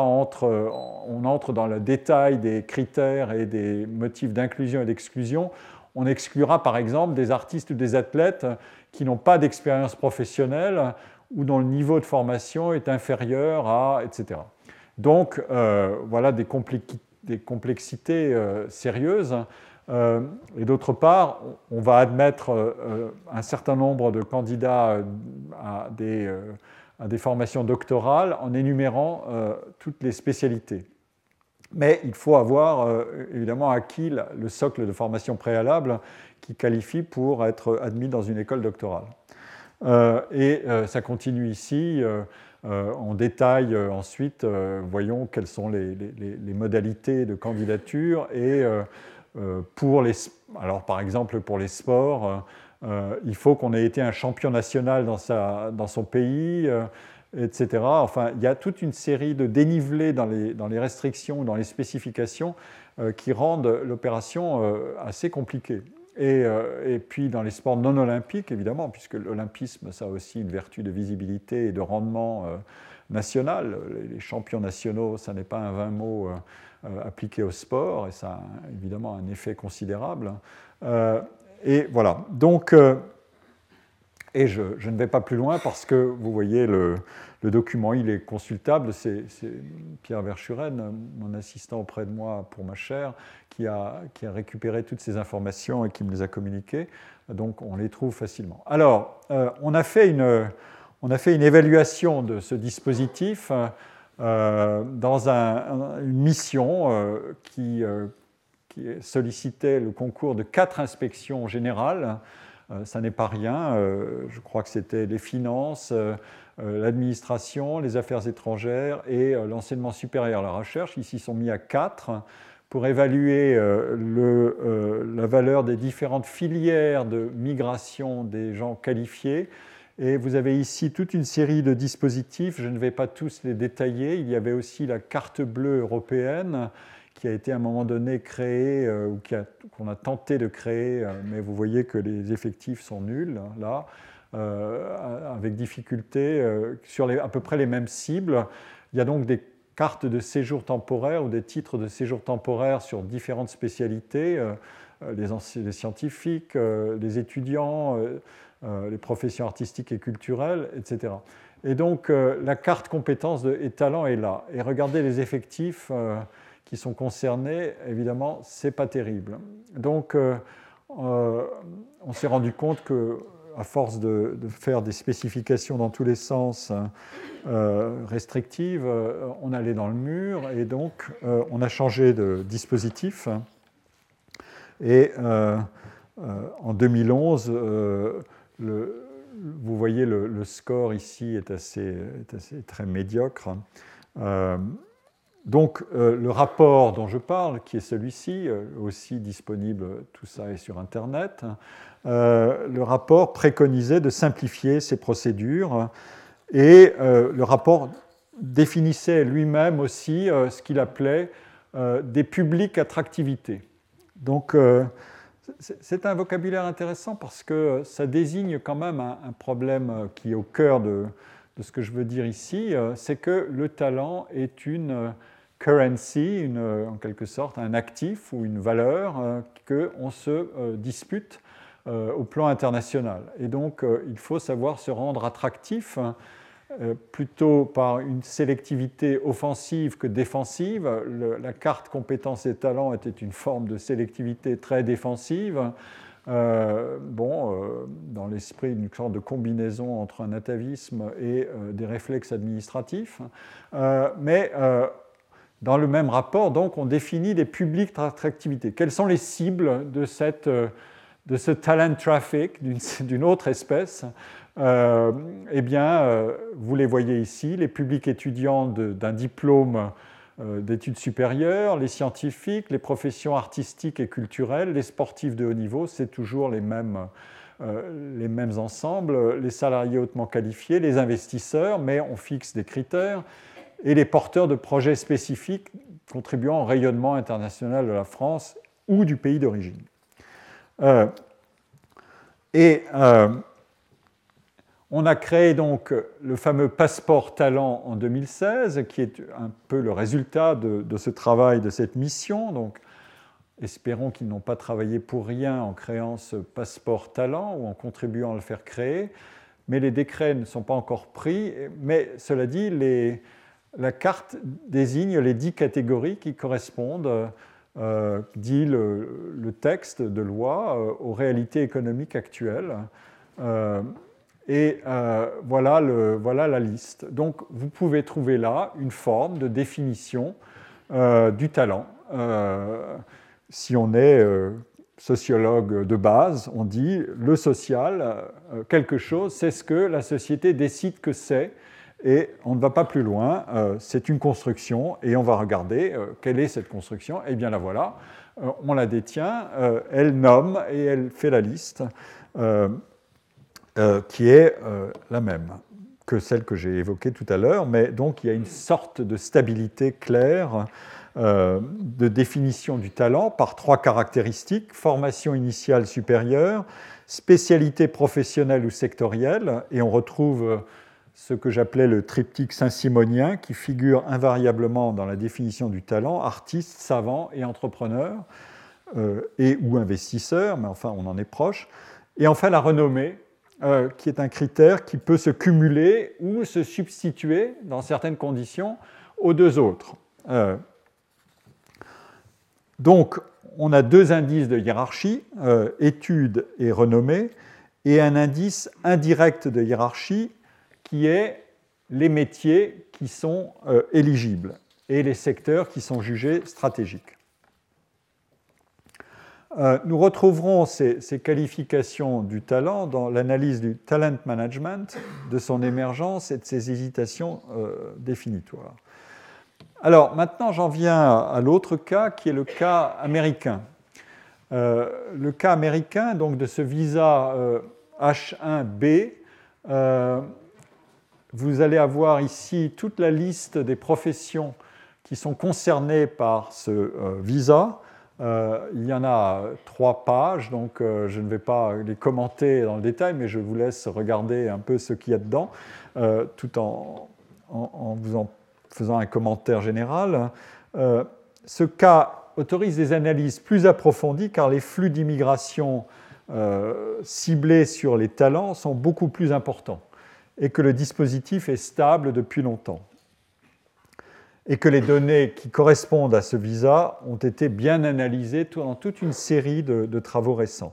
on entre dans le détail des critères et des motifs d'inclusion et d'exclusion. On exclura par exemple des artistes ou des athlètes qui n'ont pas d'expérience professionnelle ou dont le niveau de formation est inférieur à, etc. Donc voilà des complexités sérieuses. Et d'autre part, on va admettre un certain nombre de candidats à des formations doctorales en énumérant toutes les spécialités. Mais il faut avoir évidemment acquis le socle de formation préalable qui qualifie pour être admis dans une école doctorale. Et ça continue ici. En détail, ensuite, voyons quelles sont les modalités de candidature. Et alors, par exemple, pour les sports, il faut qu'on ait été un champion national dans son pays, etc. Enfin, il y a toute une série de dénivelés dans les restrictions ou dans les spécifications qui rendent l'opération assez compliquée. Et puis dans les sports non olympiques, évidemment, puisque l'olympisme, ça a aussi une vertu de visibilité et de rendement national. Les champions nationaux, ça n'est pas un vain mot appliqué au sport, et ça a évidemment un effet considérable. Et voilà. Donc, et je ne vais pas plus loin parce que vous voyez le document, il est consultable. C'est Pierre Verschuren, mon assistant auprès de moi pour ma chaire, qui a récupéré toutes ces informations et qui me les a communiquées. Donc on les trouve facilement. Alors, on a fait une évaluation de ce dispositif dans une mission qui sollicitait le concours de 4 inspections générales. Ça n'est pas rien. Je crois que c'était les finances, l'administration, les affaires étrangères et l'enseignement supérieur, la recherche. Ils s'y sont mis à 4 pour évaluer la valeur des différentes filières de migration des gens qualifiés. Et vous avez ici toute une série de dispositifs. Je ne vais pas tous les détailler. Il y avait aussi la carte bleue européenne qui a été à un moment donné créée, ou qu'on a tenté de créer, mais vous voyez que les effectifs sont nuls, là, avec difficulté, sur à peu près les mêmes cibles. Il y a donc des cartes de séjour temporaire ou des titres de séjour temporaire sur différentes spécialités, les scientifiques, les étudiants, les professions artistiques et culturelles, etc. Et donc, la carte compétences et talents est là. Et regardez les effectifs qui sont concernés, évidemment, ce n'est pas terrible. Donc, on s'est rendu compte qu'à force de faire des spécifications dans tous les sens restrictives, on allait dans le mur, et donc on a changé de dispositif. Et en 2011, vous voyez le score ici est très médiocre. Donc, le rapport dont je parle, qui est celui-ci, aussi disponible, tout ça est sur Internet, le rapport préconisait de simplifier ces procédures et le rapport définissait lui-même aussi ce qu'il appelait des publics attractivités. Donc, c'est un vocabulaire intéressant parce que ça désigne quand même un problème qui est au cœur de ce que je veux dire ici, c'est que le talent est une currency, en quelque sorte un actif ou une valeur qu'on se dispute au plan international. Et donc, il faut savoir se rendre attractif plutôt par une sélectivité offensive que défensive. La carte compétences et talents était une forme de sélectivité très défensive. Dans l'esprit d'une sorte de combinaison entre un atavisme et des réflexes administratifs. Mais dans le même rapport, donc, on définit des publics d'attractivité. Quelles sont les cibles de ce talent traffic d'une autre espèce? Eh bien, vous les voyez ici, les publics étudiants d'un diplôme d'études supérieures, les scientifiques, les professions artistiques et culturelles, les sportifs de haut niveau, c'est toujours les mêmes ensembles, les salariés hautement qualifiés, les investisseurs, mais on fixe des critères, et les porteurs de projets spécifiques contribuant au rayonnement international de la France ou du pays d'origine. On a créé donc le fameux passeport talent en 2016, qui est un peu le résultat de ce travail, de cette mission. Donc, espérons qu'ils n'ont pas travaillé pour rien en créant ce passeport talent ou en contribuant à le faire créer. Mais les décrets ne sont pas encore pris. Mais cela dit, la carte désigne les 10 catégories qui correspondent, dit le texte de loi, aux réalités économiques actuelles. Voilà la liste. Donc, vous pouvez trouver là une forme de définition du talent. Si on est sociologues de base, on dit le social, quelque chose, c'est ce que la société décide que c'est, et on ne va pas plus loin, c'est une construction, et on va regarder quelle est cette construction, et bien la voilà, on la détient, elle nomme et elle fait la liste, qui est la même que celle que j'ai évoquée tout à l'heure, mais donc il y a une sorte de stabilité claire de définition du talent par 3 caractéristiques: formation initiale supérieure, spécialité professionnelle ou sectorielle, et on retrouve ce que j'appelais le triptyque saint-simonien qui figure invariablement dans la définition du talent: artiste, savant et entrepreneur, et ou investisseur, mais enfin on en est proche. Et enfin la renommée, qui est un critère qui peut se cumuler ou se substituer dans certaines conditions aux 2 autres. Donc, on a 2 indices de hiérarchie, études et renommée, et un indice indirect de hiérarchie qui est les métiers qui sont éligibles et les secteurs qui sont jugés stratégiques. Nous retrouverons ces qualifications du talent dans l'analyse du talent management, de son émergence et de ses hésitations définitoires. Alors maintenant, j'en viens à l'autre cas, qui est le cas américain. Le cas américain, donc de ce visa H1B, vous allez avoir ici toute la liste des professions qui sont concernées par ce visa. Il y en a 3 pages, donc je ne vais pas les commenter dans le détail, mais je vous laisse regarder un peu ce qu'il y a dedans, tout en vous en faisant un commentaire général. Ce cas autorise des analyses plus approfondies car les flux d'immigration ciblés sur les talents sont beaucoup plus importants et que le dispositif est stable depuis longtemps et que les données qui correspondent à ce visa ont été bien analysées dans toute une série de travaux récents.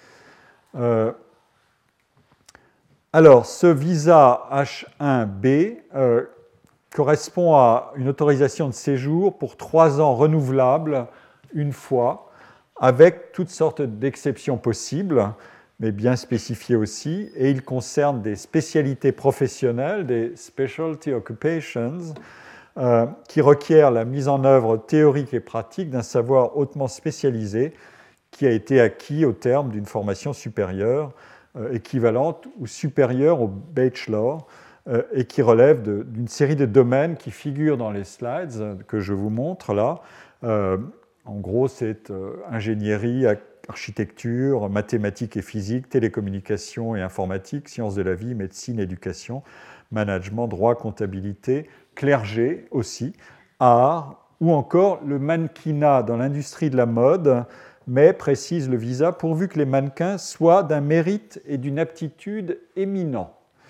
Alors, ce visa H1B correspond à une autorisation de séjour pour 3 ans renouvelable une fois, avec toutes sortes d'exceptions possibles, mais bien spécifiées aussi, et il concerne des spécialités professionnelles, des specialty occupations, qui requièrent la mise en œuvre théorique et pratique d'un savoir hautement spécialisé qui a été acquis au terme d'une formation supérieure, équivalente ou supérieure au bachelor, et qui relève d'une série de domaines qui figurent dans les slides que je vous montre là. En gros, c'est ingénierie, architecture, mathématiques et physique, télécommunications et informatique, sciences de la vie, médecine, éducation, management, droit, comptabilité, clergé aussi, art, ou encore le mannequinat dans l'industrie de la mode, mais précise le visa, pourvu que les mannequins soient d'un mérite et d'une aptitude éminents.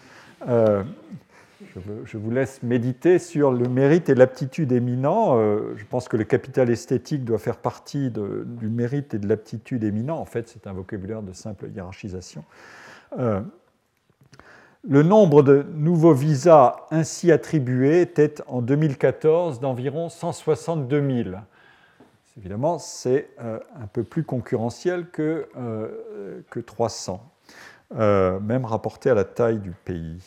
Je vous laisse méditer sur le mérite et l'aptitude éminent. Je pense que le capital esthétique doit faire partie du mérite et de l'aptitude éminent. En fait, c'est un vocabulaire de simple hiérarchisation. Le nombre de nouveaux visas ainsi attribués était en 2014 d'environ 162 000. Évidemment, c'est un peu plus concurrentiel que 300, même rapporté à la taille du pays.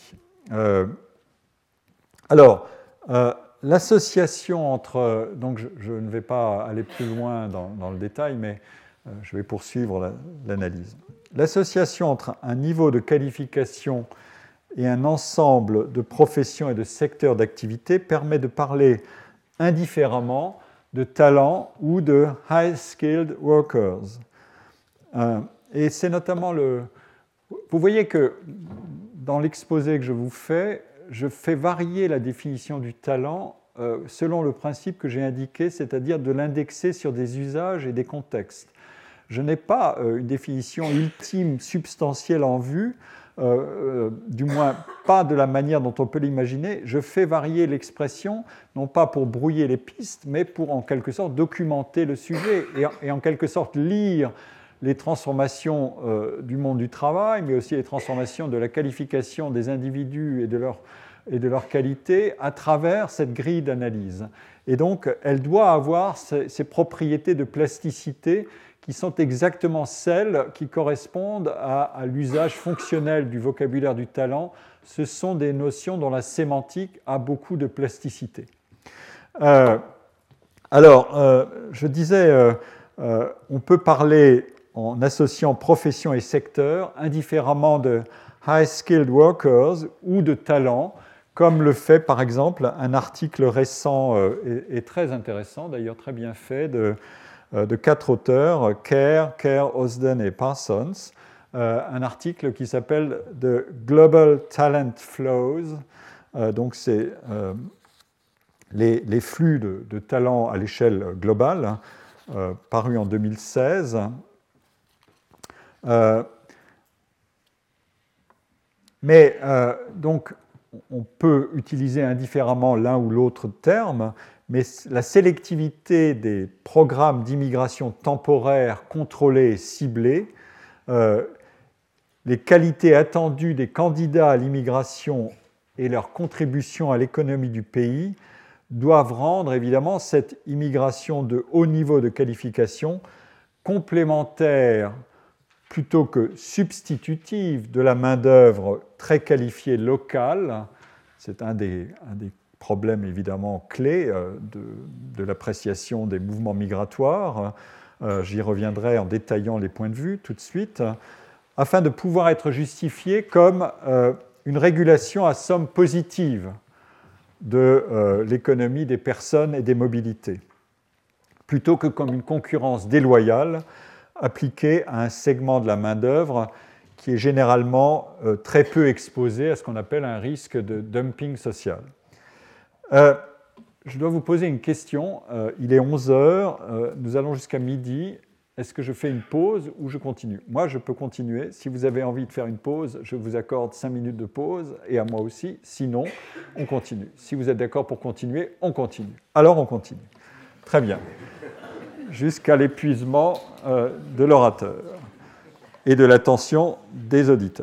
L'association entre... Donc, je ne vais pas aller plus loin dans le détail, mais je vais poursuivre l'analyse. L'association entre un niveau de qualification et un ensemble de professions et de secteurs d'activité permet de parler indifféremment de talent ou de high-skilled workers. Et c'est notamment le... Vous voyez que dans l'exposé que je vous fais, je fais varier la définition du talent selon le principe que j'ai indiqué, c'est-à-dire de l'indexer sur des usages et des contextes. Je n'ai pas une définition ultime, substantielle en vue, du moins pas de la manière dont on peut l'imaginer. Je fais varier l'expression, non pas pour brouiller les pistes, mais pour en quelque sorte documenter le sujet et en quelque sorte lire les transformations du monde du travail, mais aussi les transformations de la qualification des individus et de leur qualité à travers cette grille d'analyse. Et donc, elle doit avoir ces propriétés de plasticité qui sont exactement celles qui correspondent à l'usage fonctionnel du vocabulaire du talent. Ce sont des notions dont la sémantique a beaucoup de plasticité. Je disais, on peut parler en associant profession et secteur indifféremment de high-skilled workers ou de talents, comme le fait par exemple un article récent et très intéressant, d'ailleurs très bien fait, de 4 auteurs, Kerr, Osden et Parsons, un article qui s'appelle The Global Talent Flows. Donc c'est les flux de talents à l'échelle globale, paru en 2016. Donc, on peut utiliser indifféremment l'un ou l'autre terme, mais la sélectivité des programmes d'immigration temporaire contrôlés et ciblés, les qualités attendues des candidats à l'immigration et leur contribution à l'économie du pays doivent rendre évidemment cette immigration de haut niveau de qualification complémentaire plutôt que substitutive de la main-d'œuvre très qualifiée locale. C'est un des problèmes évidemment clés de l'appréciation des mouvements migratoires. J'y reviendrai en détaillant les points de vue tout de suite, afin de pouvoir être justifié comme une régulation à somme positive de l'économie des personnes et des mobilités, plutôt que comme une concurrence déloyale appliquée à un segment de la main-d'œuvre qui est généralement très peu exposé à ce qu'on appelle un risque de dumping social. Je dois vous poser une question. Il est 11 heures, nous allons jusqu'à midi. Est-ce que je fais une pause ou je continue ? Moi, je peux continuer. Si vous avez envie de faire une pause, je vous accorde 5 minutes de pause, et à moi aussi. Sinon, on continue. Si vous êtes d'accord pour continuer, on continue. Alors, on continue. Très bien. Jusqu'à l'épuisement de l'orateur et de l'attention des auditeurs.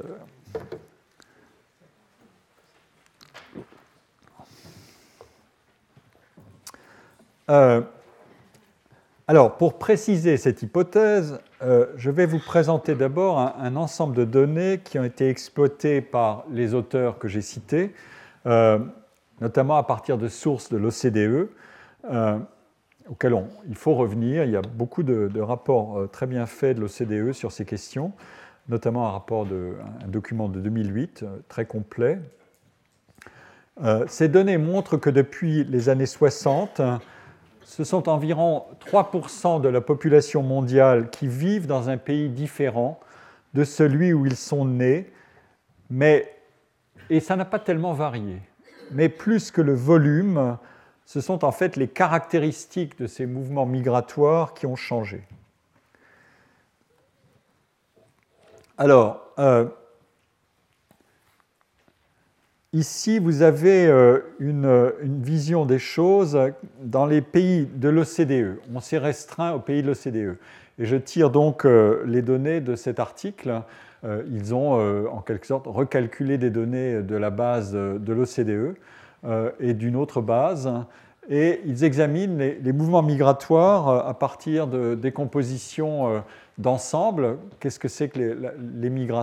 Alors, pour préciser cette hypothèse, je vais vous présenter d'abord un ensemble de données qui ont été exploitées par les auteurs que j'ai cités, notamment à partir de sources de l'OCDE, auxquelles il faut revenir. Il y a beaucoup de rapports très bien faits de l'OCDE sur ces questions, notamment un document de 2008 très complet. Ces données montrent que depuis les années 60, ce sont environ 3% de la population mondiale qui vivent dans un pays différent de celui où ils sont nés, et ça n'a pas tellement varié. Mais plus que le volume, ce sont en fait les caractéristiques de ces mouvements migratoires qui ont changé. Alors, ici, vous avez une vision des choses dans les pays de l'OCDE. On s'est restreint aux pays de l'OCDE. Et je tire donc les données de cet article. Ils ont, en quelque sorte, recalculé des données de la base de l'OCDE et d'une autre base. Et ils examinent les mouvements migratoires à partir de décomposition d'ensemble. Qu'est-ce que c'est que les migrations ?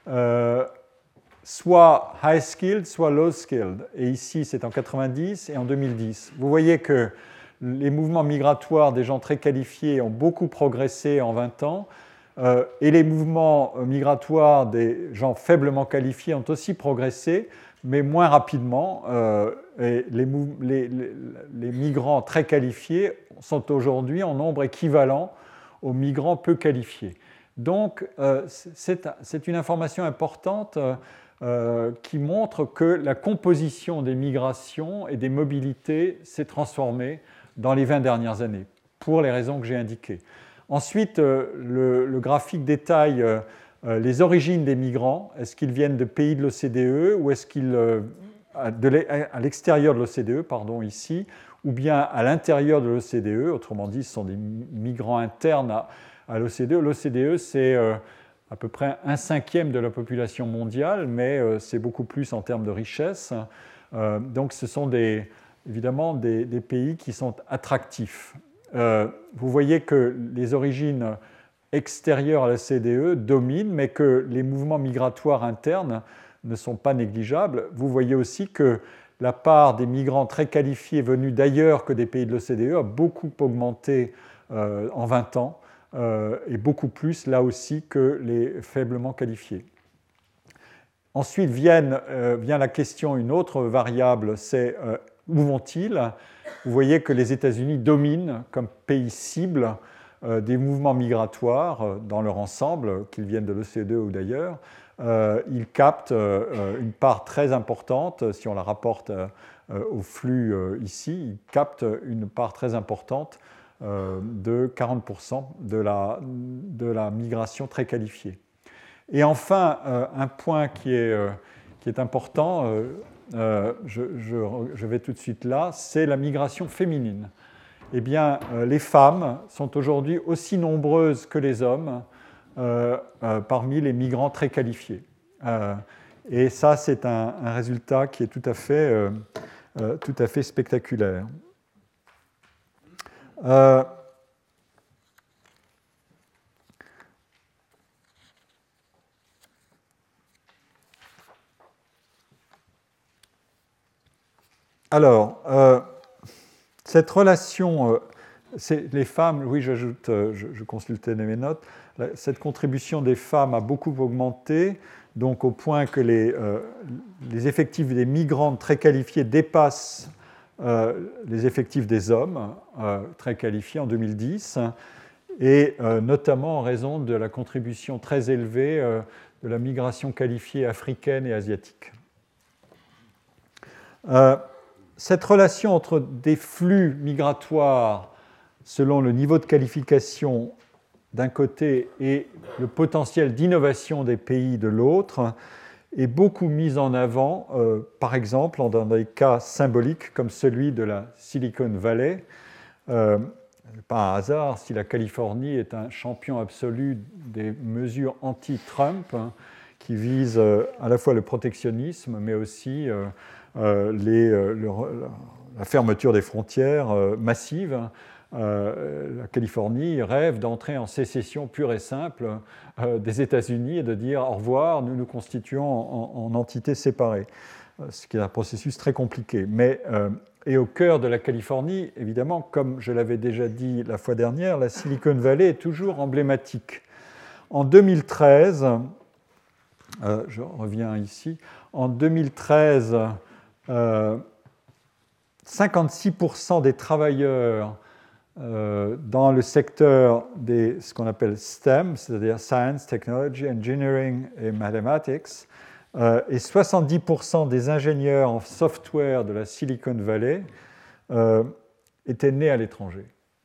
Soit high-skilled, soit low-skilled. Et ici, c'est en 90 et en 2010. Vous voyez que les mouvements migratoires des gens très qualifiés ont beaucoup progressé en 20 ans, et les mouvements migratoires des gens faiblement qualifiés ont aussi progressé, mais moins rapidement. Et les migrants très qualifiés sont aujourd'hui en nombre équivalent aux migrants peu qualifiés. Donc, c'est une information importante qui montre que la composition des migrations et des mobilités s'est transformée dans les 20 dernières années, pour les raisons que j'ai indiquées. Ensuite, le graphique détaille les origines des migrants. Est-ce qu'ils viennent de pays de l'OCDE ou est-ce qu'ils à l'extérieur de l'OCDE, pardon, ici, ou bien à l'intérieur de l'OCDE, autrement dit, ce sont des migrants internes à l'OCDE. L'OCDE, c'est à peu près 1/5 de la population mondiale, mais c'est beaucoup plus en termes de richesse. Donc ce sont évidemment des pays qui sont attractifs. vous voyez que les origines extérieures à la CDE dominent, mais que les mouvements migratoires internes ne sont pas négligeables. Vous voyez aussi que la part des migrants très qualifiés venus d'ailleurs que des pays de l'OCDE a beaucoup augmenté en 20 ans, et beaucoup plus là aussi que les faiblement qualifiés. Ensuite vient la question, une autre variable, c'est où vont-ils ? Vous voyez que les États-Unis dominent comme pays cible des mouvements migratoires dans leur ensemble, qu'ils viennent de l'OCDE ou d'ailleurs. Ils captent une part très importante, si on la rapporte au flux ici, ils captent une part très importante de 40% de la migration très qualifiée. Et enfin, un point qui est important, je vais tout de suite là, c'est la migration féminine. Eh bien, les femmes sont aujourd'hui aussi nombreuses que les hommes parmi les migrants très qualifiés. Et ça, c'est un résultat qui est tout à fait spectaculaire. Alors, cette relation, les femmes, oui, j'ajoute, je consultais mes notes, cette contribution des femmes a beaucoup augmenté, donc au point que les effectifs des migrantes très qualifiées dépassent les effectifs des hommes très qualifiés en 2010, et notamment en raison de la contribution très élevée de la migration qualifiée africaine et asiatique. Cette relation entre des flux migratoires selon le niveau de qualification d'un côté et le potentiel d'innovation des pays de l'autre est beaucoup mise en avant, par exemple, dans des cas symboliques comme celui de la Silicon Valley. Pas un hasard si la Californie est un champion absolu des mesures anti-Trump qui visent à la fois le protectionnisme, mais aussi la fermeture des frontières massive. La Californie rêve d'entrer en sécession pure et simple des États-Unis et de dire au revoir, nous nous constituons en entités séparées, ce qui est un processus très compliqué. Et au cœur de la Californie, évidemment, comme je l'avais déjà dit la fois dernière, la Silicon Valley est toujours emblématique. En 2013, je reviens ici, en 2013, 56% des travailleurs dans le secteur des ce qu'on appelle STEM, c'est-à-dire Science, Technology, Engineering et Mathematics, et 70% des ingénieurs en software de la Silicon Valley étaient nés à l'étranger.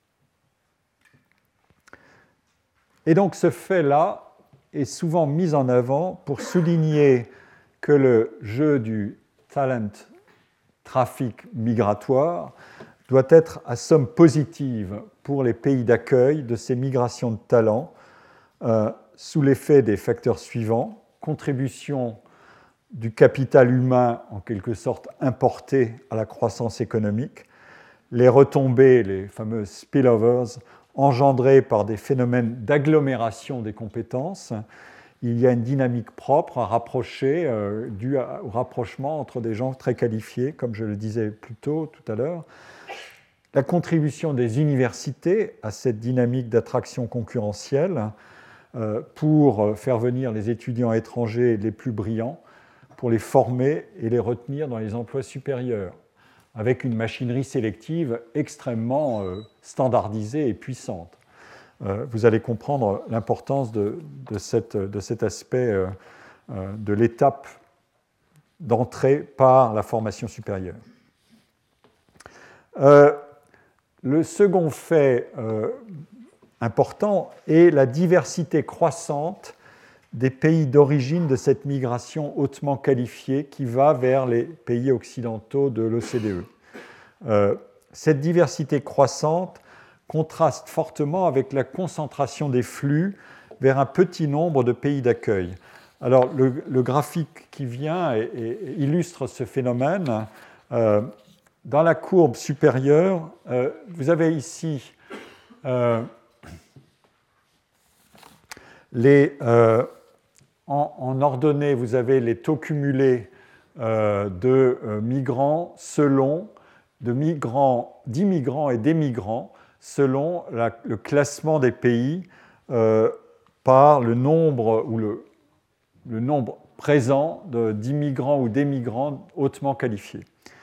Et donc ce fait-là est souvent mis en avant pour souligner que le jeu du talent trafic migratoire doit être à somme positive pour les pays d'accueil de ces migrations de talents sous l'effet des facteurs suivants: contribution du capital humain en quelque sorte importé à la croissance économique, les retombées, les fameuses spillovers, engendrées par des phénomènes d'agglomération des compétences. Il y a une dynamique propre à rapprocher, due au rapprochement entre des gens très qualifiés, comme je le disais plus tôt tout à l'heure. La contribution des universités à cette dynamique d'attraction concurrentielle pour faire venir les étudiants étrangers les plus brillants, pour les former et les retenir dans les emplois supérieurs, avec une machinerie sélective extrêmement standardisée et puissante. Vous allez comprendre l'importance de cet aspect de l'étape d'entrée par la formation supérieure. Le second fait important est la diversité croissante des pays d'origine de cette migration hautement qualifiée qui va vers les pays occidentaux de l'OCDE. Cette diversité croissante contraste fortement avec la concentration des flux vers un petit nombre de pays d'accueil. Alors, le graphique qui vient illustre ce phénomène. Dans la courbe supérieure, vous avez ici En ordonnée, vous avez les taux cumulés de migrants selon d'immigrants et d'émigrants selon le classement des pays par le nombre ou le nombre présent d'immigrants ou d'émigrants hautement qualifiés.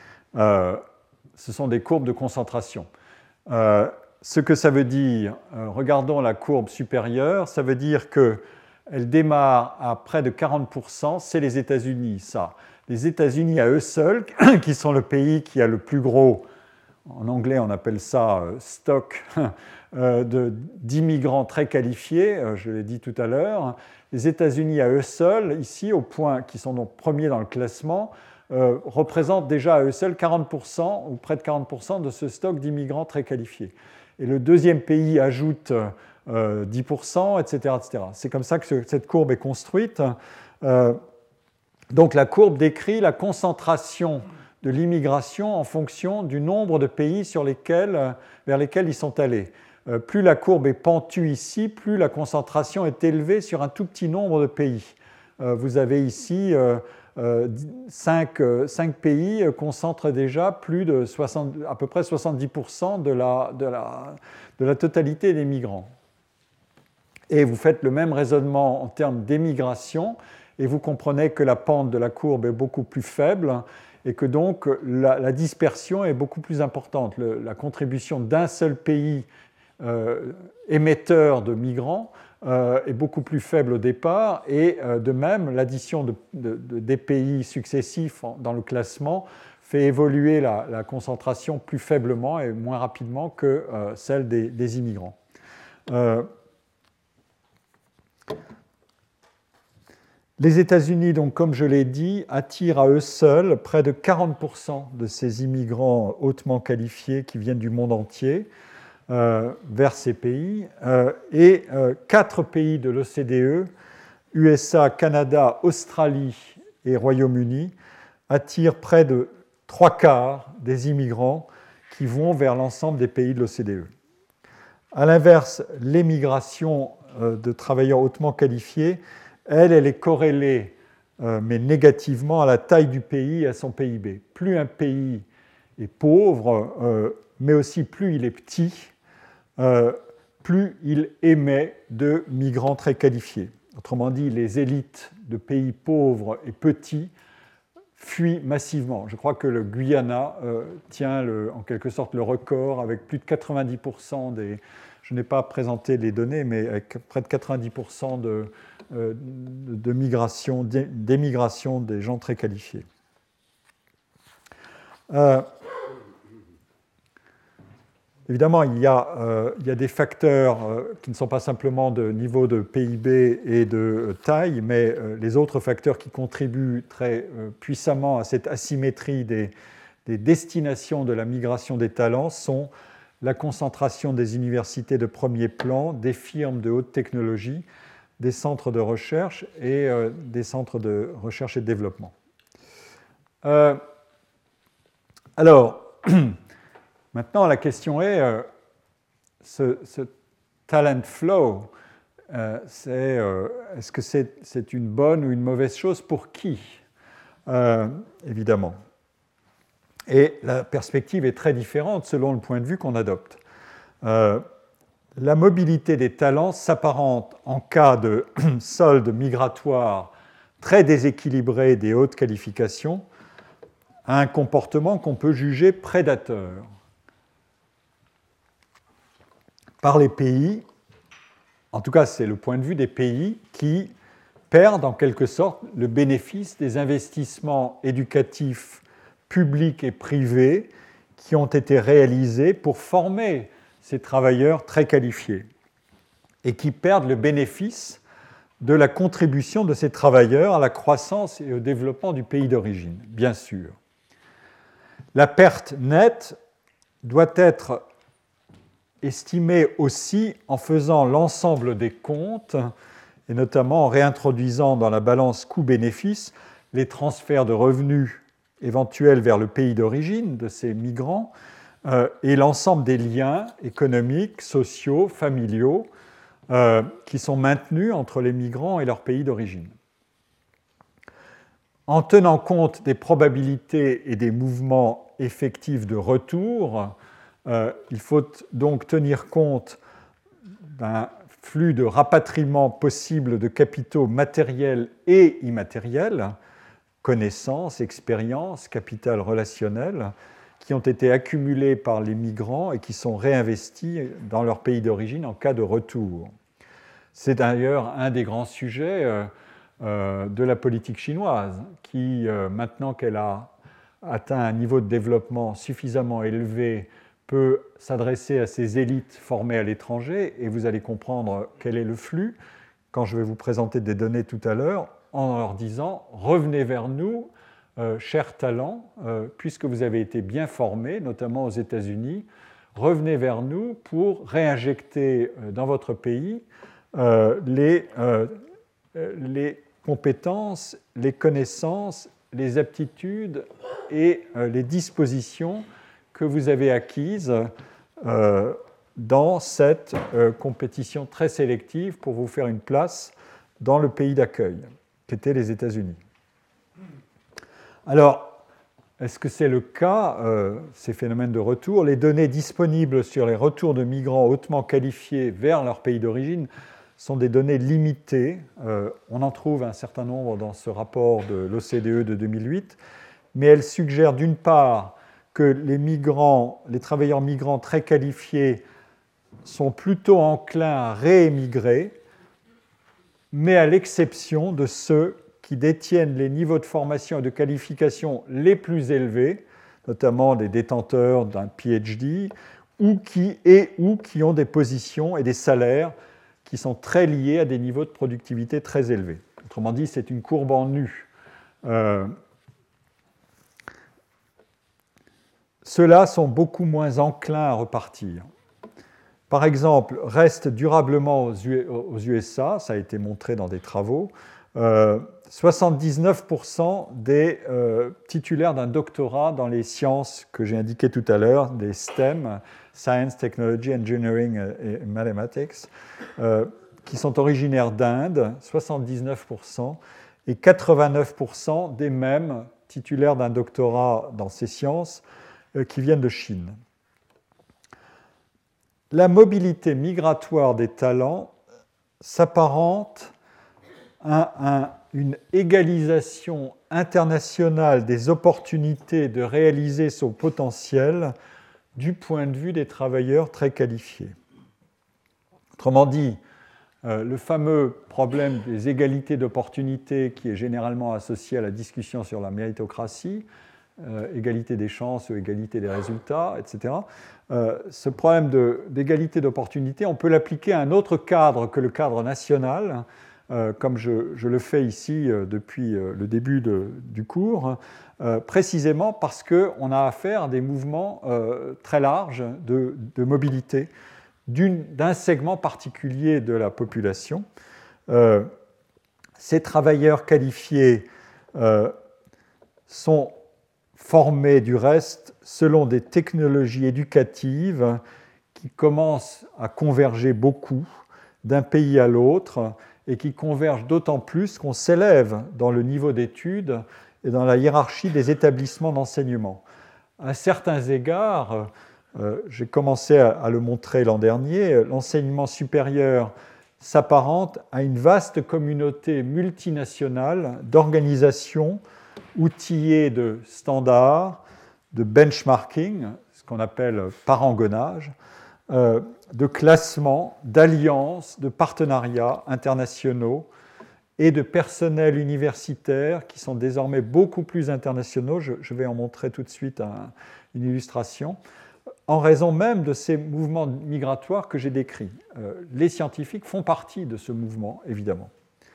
Ce sont des courbes de concentration. Ce que ça veut dire, regardons la courbe supérieure, ça veut dire qu'elle démarre à près de 40%, c'est les États-Unis, ça. Les États-Unis à eux seuls, qui sont le pays qui a le plus gros, en anglais on appelle ça stock, d'immigrants très qualifiés, je l'ai dit tout à l'heure. Les États-Unis à eux seuls, ici, au point, qui sont donc premiers dans le classement, représentent déjà à eux seuls 40% ou près de 40% de ce stock d'immigrants très qualifiés. Et le deuxième pays ajoute 10%, etc., etc. C'est comme ça que cette courbe est construite. Donc la courbe décrit la concentration de l'immigration en fonction du nombre de pays vers lesquels ils sont allés. Plus la courbe est pentue ici, plus la concentration est élevée sur un tout petit nombre de pays. Vous avez ici 5 pays concentrent déjà à peu près 70% de la totalité des migrants. Et vous faites le même raisonnement en termes d'émigration, et vous comprenez que la pente de la courbe est beaucoup plus faible, et que donc la dispersion est beaucoup plus importante. La contribution d'un seul pays émetteur de migrants est beaucoup plus faible au départ, et de même, l'addition des pays successifs dans le classement fait évoluer la concentration plus faiblement et moins rapidement que celle des immigrants. Les États-Unis, donc, comme je l'ai dit, attirent à eux seuls près de 40% de ces immigrants hautement qualifiés qui viennent du monde entier vers ces pays, et 4 pays de l'OCDE, USA, Canada, Australie et Royaume-Uni, attirent près de 3/4 des immigrants qui vont vers l'ensemble des pays de l'OCDE. À l'inverse, l'émigration de travailleurs hautement qualifiés, elle est corrélée, mais négativement, à la taille du pays et à son PIB. Plus un pays est pauvre, mais aussi plus il est petit, plus il émet de migrants très qualifiés. Autrement dit, les élites de pays pauvres et petits fuient massivement. Je crois que le Guyana tient en quelque sorte le record avec plus de 90% des... Je n'ai pas présenté les données, mais avec près de 90% d'émigration des gens très qualifiés. Évidemment, il y a des facteurs qui ne sont pas simplement de niveau de PIB et de taille, mais les autres facteurs qui contribuent très puissamment à cette asymétrie des destinations de la migration des talents sont la concentration des universités de premier plan, des firmes de haute technologie, des centres de recherche et des centres de recherche et de développement. Alors, maintenant, la question est, ce talent flow, est-ce que c'est une bonne ou une mauvaise chose pour qui, évidemment. Et la perspective est très différente selon le point de vue qu'on adopte. La mobilité des talents s'apparente, en cas de solde migratoire très déséquilibré des hautes qualifications, à un comportement qu'on peut juger prédateur par les pays, en tout cas c'est le point de vue des pays qui perdent en quelque sorte le bénéfice des investissements éducatifs publics et privés qui ont été réalisés pour former ces travailleurs très qualifiés et qui perdent le bénéfice de la contribution de ces travailleurs à la croissance et au développement du pays d'origine, bien sûr. La perte nette doit être estimée aussi en faisant l'ensemble des comptes, et notamment en réintroduisant dans la balance coût-bénéfice les transferts de revenus éventuels vers le pays d'origine de ces migrants, et l'ensemble des liens économiques, sociaux, familiaux qui sont maintenus entre les migrants et leur pays d'origine. En tenant compte des probabilités et des mouvements effectifs de retour, il faut donc tenir compte d'un flux de rapatriement possible de capitaux matériels et immatériels, connaissances, expériences, capital relationnel, qui ont été accumulés par les migrants et qui sont réinvestis dans leur pays d'origine en cas de retour. C'est d'ailleurs un des grands sujets de la politique chinoise, qui, maintenant qu'elle a atteint un niveau de développement suffisamment élevé, peut s'adresser à ces élites formées à l'étranger, et vous allez comprendre quel est le flux quand je vais vous présenter des données tout à l'heure, en leur disant « Revenez vers nous, chers talents, puisque vous avez été bien formés, notamment aux États-Unis, revenez vers nous pour réinjecter dans votre pays les compétences, les connaissances, les aptitudes et les dispositions que vous avez acquises dans cette compétition très sélective pour vous faire une place dans le pays d'accueil, qu'étaient les États-Unis. » Alors, est-ce que c'est le cas, ces phénomènes de retour? Les données disponibles sur les retours de migrants hautement qualifiés vers leur pays d'origine sont des données limitées. On en trouve un certain nombre dans ce rapport de l'OCDE de 2008, mais elles suggèrent d'une part que les travailleurs migrants très qualifiés sont plutôt enclins à réémigrer, mais à l'exception de ceux qui détiennent les niveaux de formation et de qualification les plus élevés, notamment des détenteurs d'un PhD, ou qui ont des positions et des salaires qui sont très liés à des niveaux de productivité très élevés. Autrement dit, c'est une courbe en U. Ceux-là sont beaucoup moins enclins à repartir. Par exemple, restent durablement aux USA, ça a été montré dans des travaux, 79% des titulaires d'un doctorat dans les sciences que j'ai indiquées tout à l'heure, des STEM, Science, Technology, Engineering et Mathematics, qui sont originaires d'Inde, 79%, et 89% des mêmes titulaires d'un doctorat dans ces sciences qui viennent de Chine. La mobilité migratoire des talents s'apparente à une égalisation internationale des opportunités de réaliser son potentiel du point de vue des travailleurs très qualifiés. Autrement dit, le fameux problème des égalités d'opportunités qui est généralement associé à la discussion sur la méritocratie, égalité des chances ou égalité des résultats, etc. Ce problème d'égalité d'opportunités, on peut l'appliquer à un autre cadre que le cadre national, comme je le fais ici depuis le début du cours, précisément parce qu'on a affaire à des mouvements très larges de mobilité d'un segment particulier de la population. Ces travailleurs qualifiés sont formés du reste selon des technologies éducatives qui commencent à converger beaucoup d'un pays à l'autre et qui convergent d'autant plus qu'on s'élève dans le niveau d'études et dans la hiérarchie des établissements d'enseignement. À certains égards, j'ai commencé à le montrer l'an dernier, l'enseignement supérieur s'apparente à une vaste communauté multinationale d'organisations outillées de standards, de benchmarking, ce qu'on appelle parangonnage, de classements, d'alliances, de partenariats internationaux et de personnels universitaires qui sont désormais beaucoup plus internationaux. Je vais en montrer tout de suite une illustration, en raison même de ces mouvements migratoires que j'ai décrits. Les scientifiques font partie de ce mouvement, évidemment.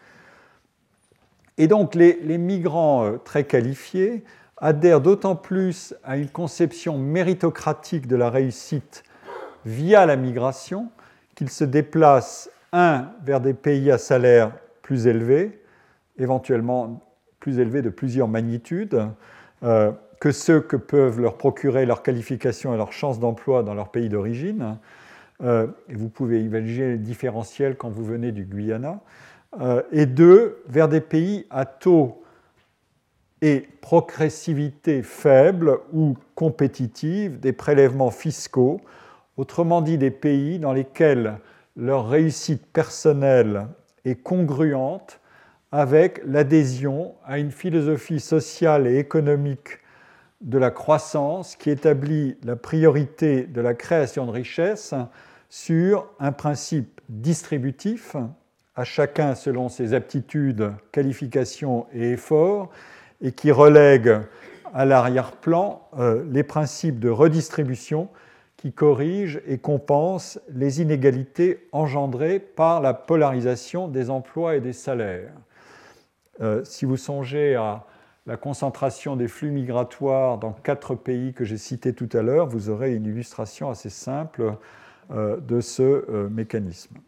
Et donc les migrants très qualifiés adhèrent d'autant plus à une conception méritocratique de la réussite via la migration qu'ils se déplacent, vers des pays à salaire plus élevés, éventuellement plus élevés de plusieurs magnitudes, que ceux que peuvent leur procurer leur qualification et leur chance d'emploi dans leur pays d'origine. Et vous pouvez imaginer le différentiel quand vous venez du Guyana. Et 2, vers des pays à taux et progressivité faible ou compétitive des prélèvements fiscaux, autrement dit des pays dans lesquels leur réussite personnelle est congruente avec l'adhésion à une philosophie sociale et économique de la croissance qui établit la priorité de la création de richesse sur un principe distributif, à chacun selon ses aptitudes, qualifications et efforts, et qui relègue à l'arrière-plan les principes de redistribution qui corrigent et compensent les inégalités engendrées par la polarisation des emplois et des salaires. Si vous songez à la concentration des flux migratoires dans 4 pays que j'ai cités tout à l'heure, vous aurez une illustration assez simple de ce mécanisme.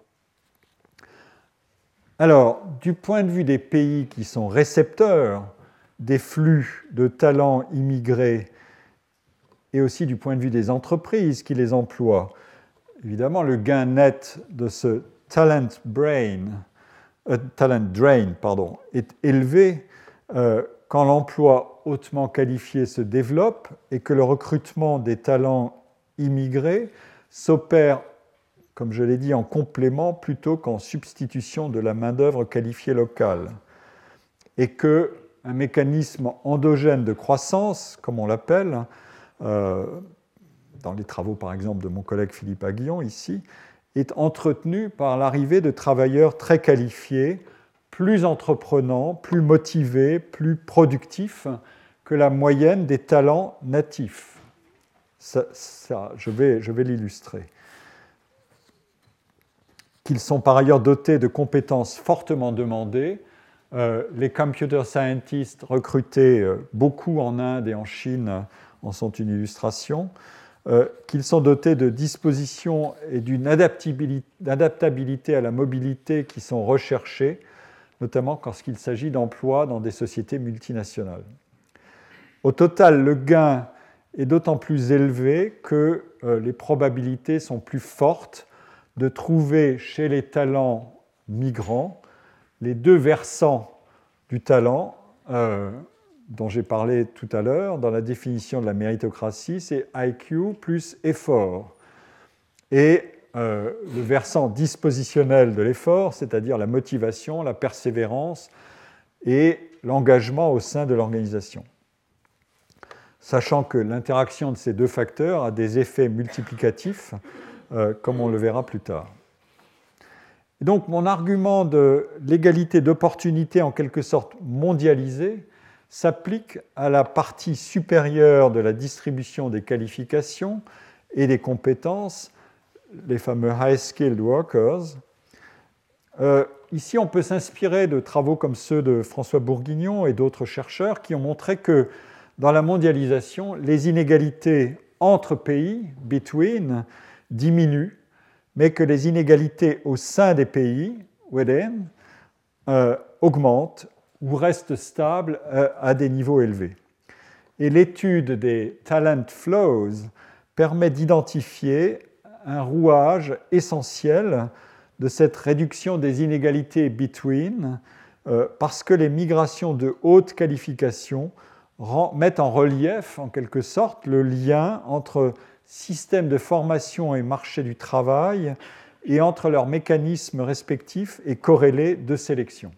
Alors, du point de vue des pays qui sont récepteurs des flux de talents immigrés et aussi du point de vue des entreprises qui les emploient, évidemment, le gain net de ce talent drain est élevé quand l'emploi hautement qualifié se développe et que le recrutement des talents immigrés s'opère, comme je l'ai dit, en complément plutôt qu'en substitution de la main-d'œuvre qualifiée locale. Et qu'un mécanisme endogène de croissance, comme on l'appelle, dans les travaux par exemple de mon collègue Philippe Aguillon ici, est entretenu par l'arrivée de travailleurs très qualifiés, plus entreprenants, plus motivés, plus productifs que la moyenne des talents natifs. Je vais l'illustrer. Qu'ils sont par ailleurs dotés de compétences fortement demandées. Les computer scientists recrutés beaucoup en Inde et en Chine en sont une illustration. Qu'ils sont dotés de dispositions et d'une adaptabilité à la mobilité qui sont recherchées, notamment lorsqu'il s'agit d'emplois dans des sociétés multinationales. Au total, le gain est d'autant plus élevé que les probabilités sont plus fortes de trouver chez les talents migrants les 2 versants du talent dont j'ai parlé tout à l'heure dans la définition de la méritocratie, c'est IQ plus effort. Et le versant dispositionnel de l'effort, c'est-à-dire la motivation, la persévérance et l'engagement au sein de l'organisation. Sachant que l'interaction de ces 2 facteurs a des effets multiplicatifs, comme on le verra plus tard. Et donc mon argument de l'égalité d'opportunités en quelque sorte mondialisée s'applique à la partie supérieure de la distribution des qualifications et des compétences, les fameux high-skilled workers. Ici, on peut s'inspirer de travaux comme ceux de François Bourguignon et d'autres chercheurs qui ont montré que dans la mondialisation, les inégalités entre pays, between, diminuent, mais que les inégalités au sein des pays, within, augmentent ou restent stables à des niveaux élevés. Et l'étude des talent flows permet d'identifier un rouage essentiel de cette réduction des inégalités between, parce que les migrations de haute qualification mettent en relief, en quelque sorte, le lien entre système de formation et marché du travail et entre leurs mécanismes respectifs et corrélés de sélection.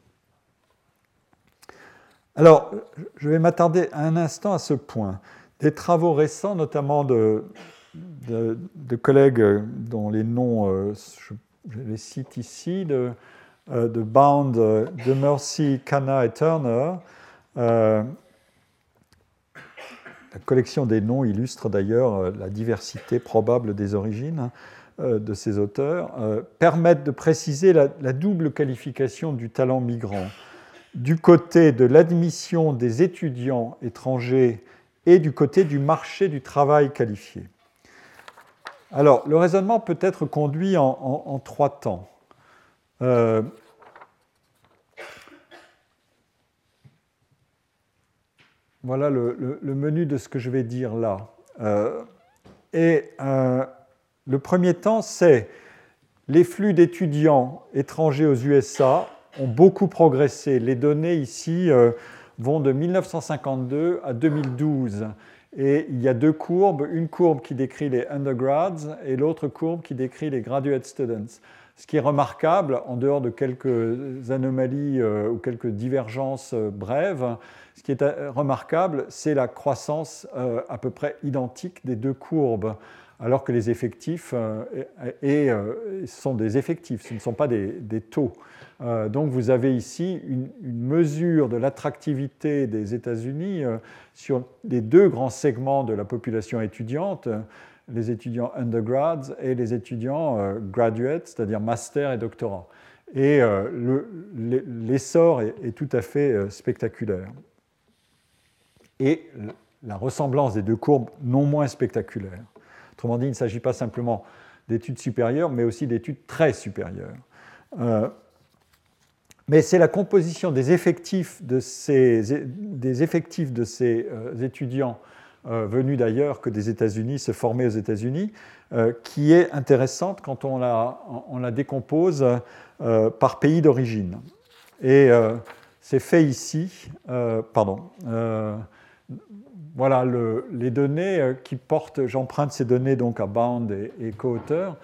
Alors, je vais m'attarder un instant à ce point. Des travaux récents, notamment de collègues dont les noms, je les cite ici, de Bound, de Mercy, Khanna et Turner. La collection des noms illustre d'ailleurs la diversité probable des origines de ces auteurs, permettent de préciser la double qualification du talent migrant. Du côté de l'admission des étudiants étrangers et du côté du marché du travail qualifié. Alors, le raisonnement peut être conduit en 3 temps. voilà le menu de ce que je vais dire là. Le premier temps, c'est les flux d'étudiants étrangers aux USA ont beaucoup progressé. Les données ici vont de 1952 à 2012. Et il y a deux courbes, une courbe qui décrit les undergrads et l'autre courbe qui décrit les graduate students. Ce qui est remarquable, en dehors de quelques anomalies ou quelques divergences brèves, ce qui est remarquable, c'est la croissance à peu près identique des deux courbes, alors que les effectifs sont des effectifs, ce ne sont pas des taux. Donc vous avez ici une mesure de l'attractivité des États-Unis sur les deux grands segments de la population étudiante, les étudiants undergrads et les étudiants graduates, c'est-à-dire master et doctorat. Et l'essor est tout à fait spectaculaire. Et la ressemblance des deux courbes non moins spectaculaire. Autrement dit, il ne s'agit pas simplement d'études supérieures, mais aussi d'études très supérieures. Mais c'est la composition des effectifs de ces étudiants venus d'ailleurs que des États-Unis, se former aux États-Unis, qui est intéressante quand on la décompose par pays d'origine. Et c'est fait ici. Voilà les données qui portent, j'emprunte ces données donc à Bound et co-auteurs.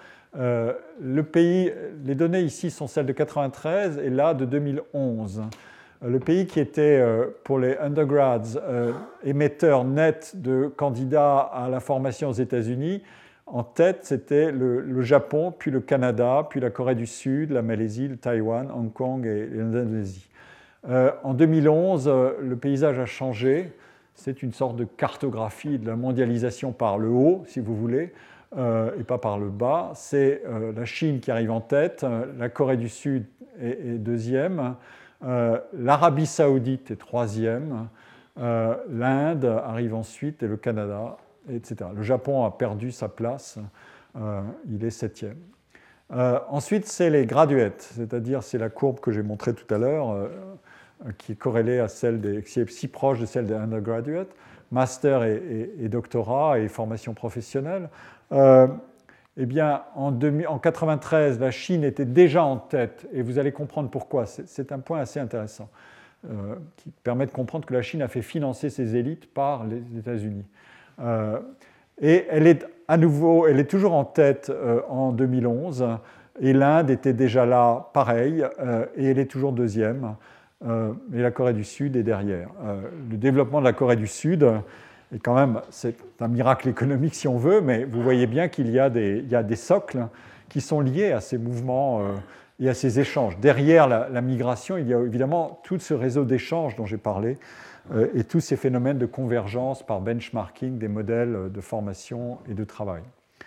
Les données ici sont celles de 1993 et là de 2011. Le pays qui était pour les undergrads émetteur net de candidats à la formation aux États-Unis, en tête c'était le Japon, puis le Canada, puis la Corée du Sud, la Malaisie, le Taïwan, Hong Kong et l'Indonésie. En 2011, le paysage a changé. C'est une sorte de cartographie de la mondialisation par le haut, si vous voulez, et pas par le bas. C'est la Chine qui arrive en tête, la Corée du Sud est deuxième, l'Arabie saoudite est troisième, l'Inde arrive ensuite et le Canada, etc. Le Japon a perdu sa place, il est septième. Ensuite, c'est les graduates, c'est-à-dire c'est la courbe que j'ai montrée tout à l'heure, qui est corrélée à qui est si proche de celle des undergraduates, master et doctorat et formation professionnelle. Eh bien, en 1993, la Chine était déjà en tête, et vous allez comprendre pourquoi. C'est un point assez intéressant, qui permet de comprendre que la Chine a fait financer ses élites par les États-Unis. Et elle est toujours en tête en 2011, et l'Inde était déjà là, pareil, et elle est toujours deuxième. Et la Corée du Sud est derrière. Le développement de la Corée du Sud est quand même, c'est un miracle économique si on veut, mais vous voyez bien qu'il y a des socles qui sont liés à ces mouvements et à ces échanges. Derrière la migration, il y a évidemment tout ce réseau d'échanges dont j'ai parlé et tous ces phénomènes de convergence par benchmarking des modèles de formation et de travail.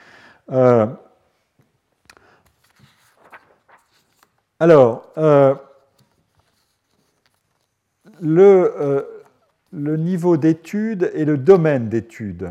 Le niveau d'études et le domaine d'études.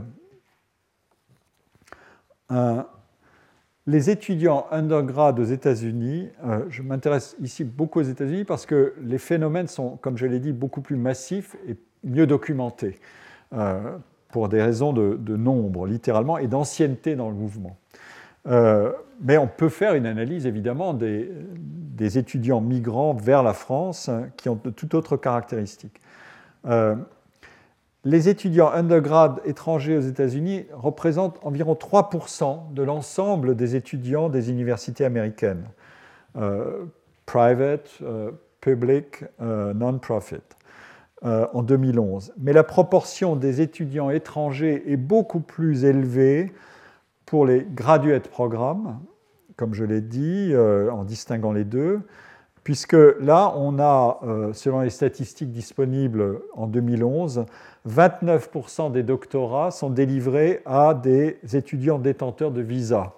Les étudiants undergrad aux États-Unis, je m'intéresse ici beaucoup aux États-Unis parce que les phénomènes sont, comme je l'ai dit, beaucoup plus massifs et mieux documentés, pour des raisons de nombre, littéralement, et d'ancienneté dans le mouvement. Mais on peut faire une analyse, évidemment, des étudiants migrants vers la France qui ont de toute autre caractéristique. Les étudiants undergrad étrangers aux États-Unis représentent environ 3% de l'ensemble des étudiants des universités américaines, private, public, non-profit, en 2011. Mais la proportion des étudiants étrangers est beaucoup plus élevée pour les graduate programmes, comme je l'ai dit, en distinguant les deux, puisque là, on a, selon les statistiques disponibles en 2011, 29% des doctorats sont délivrés à des étudiants détenteurs de visa.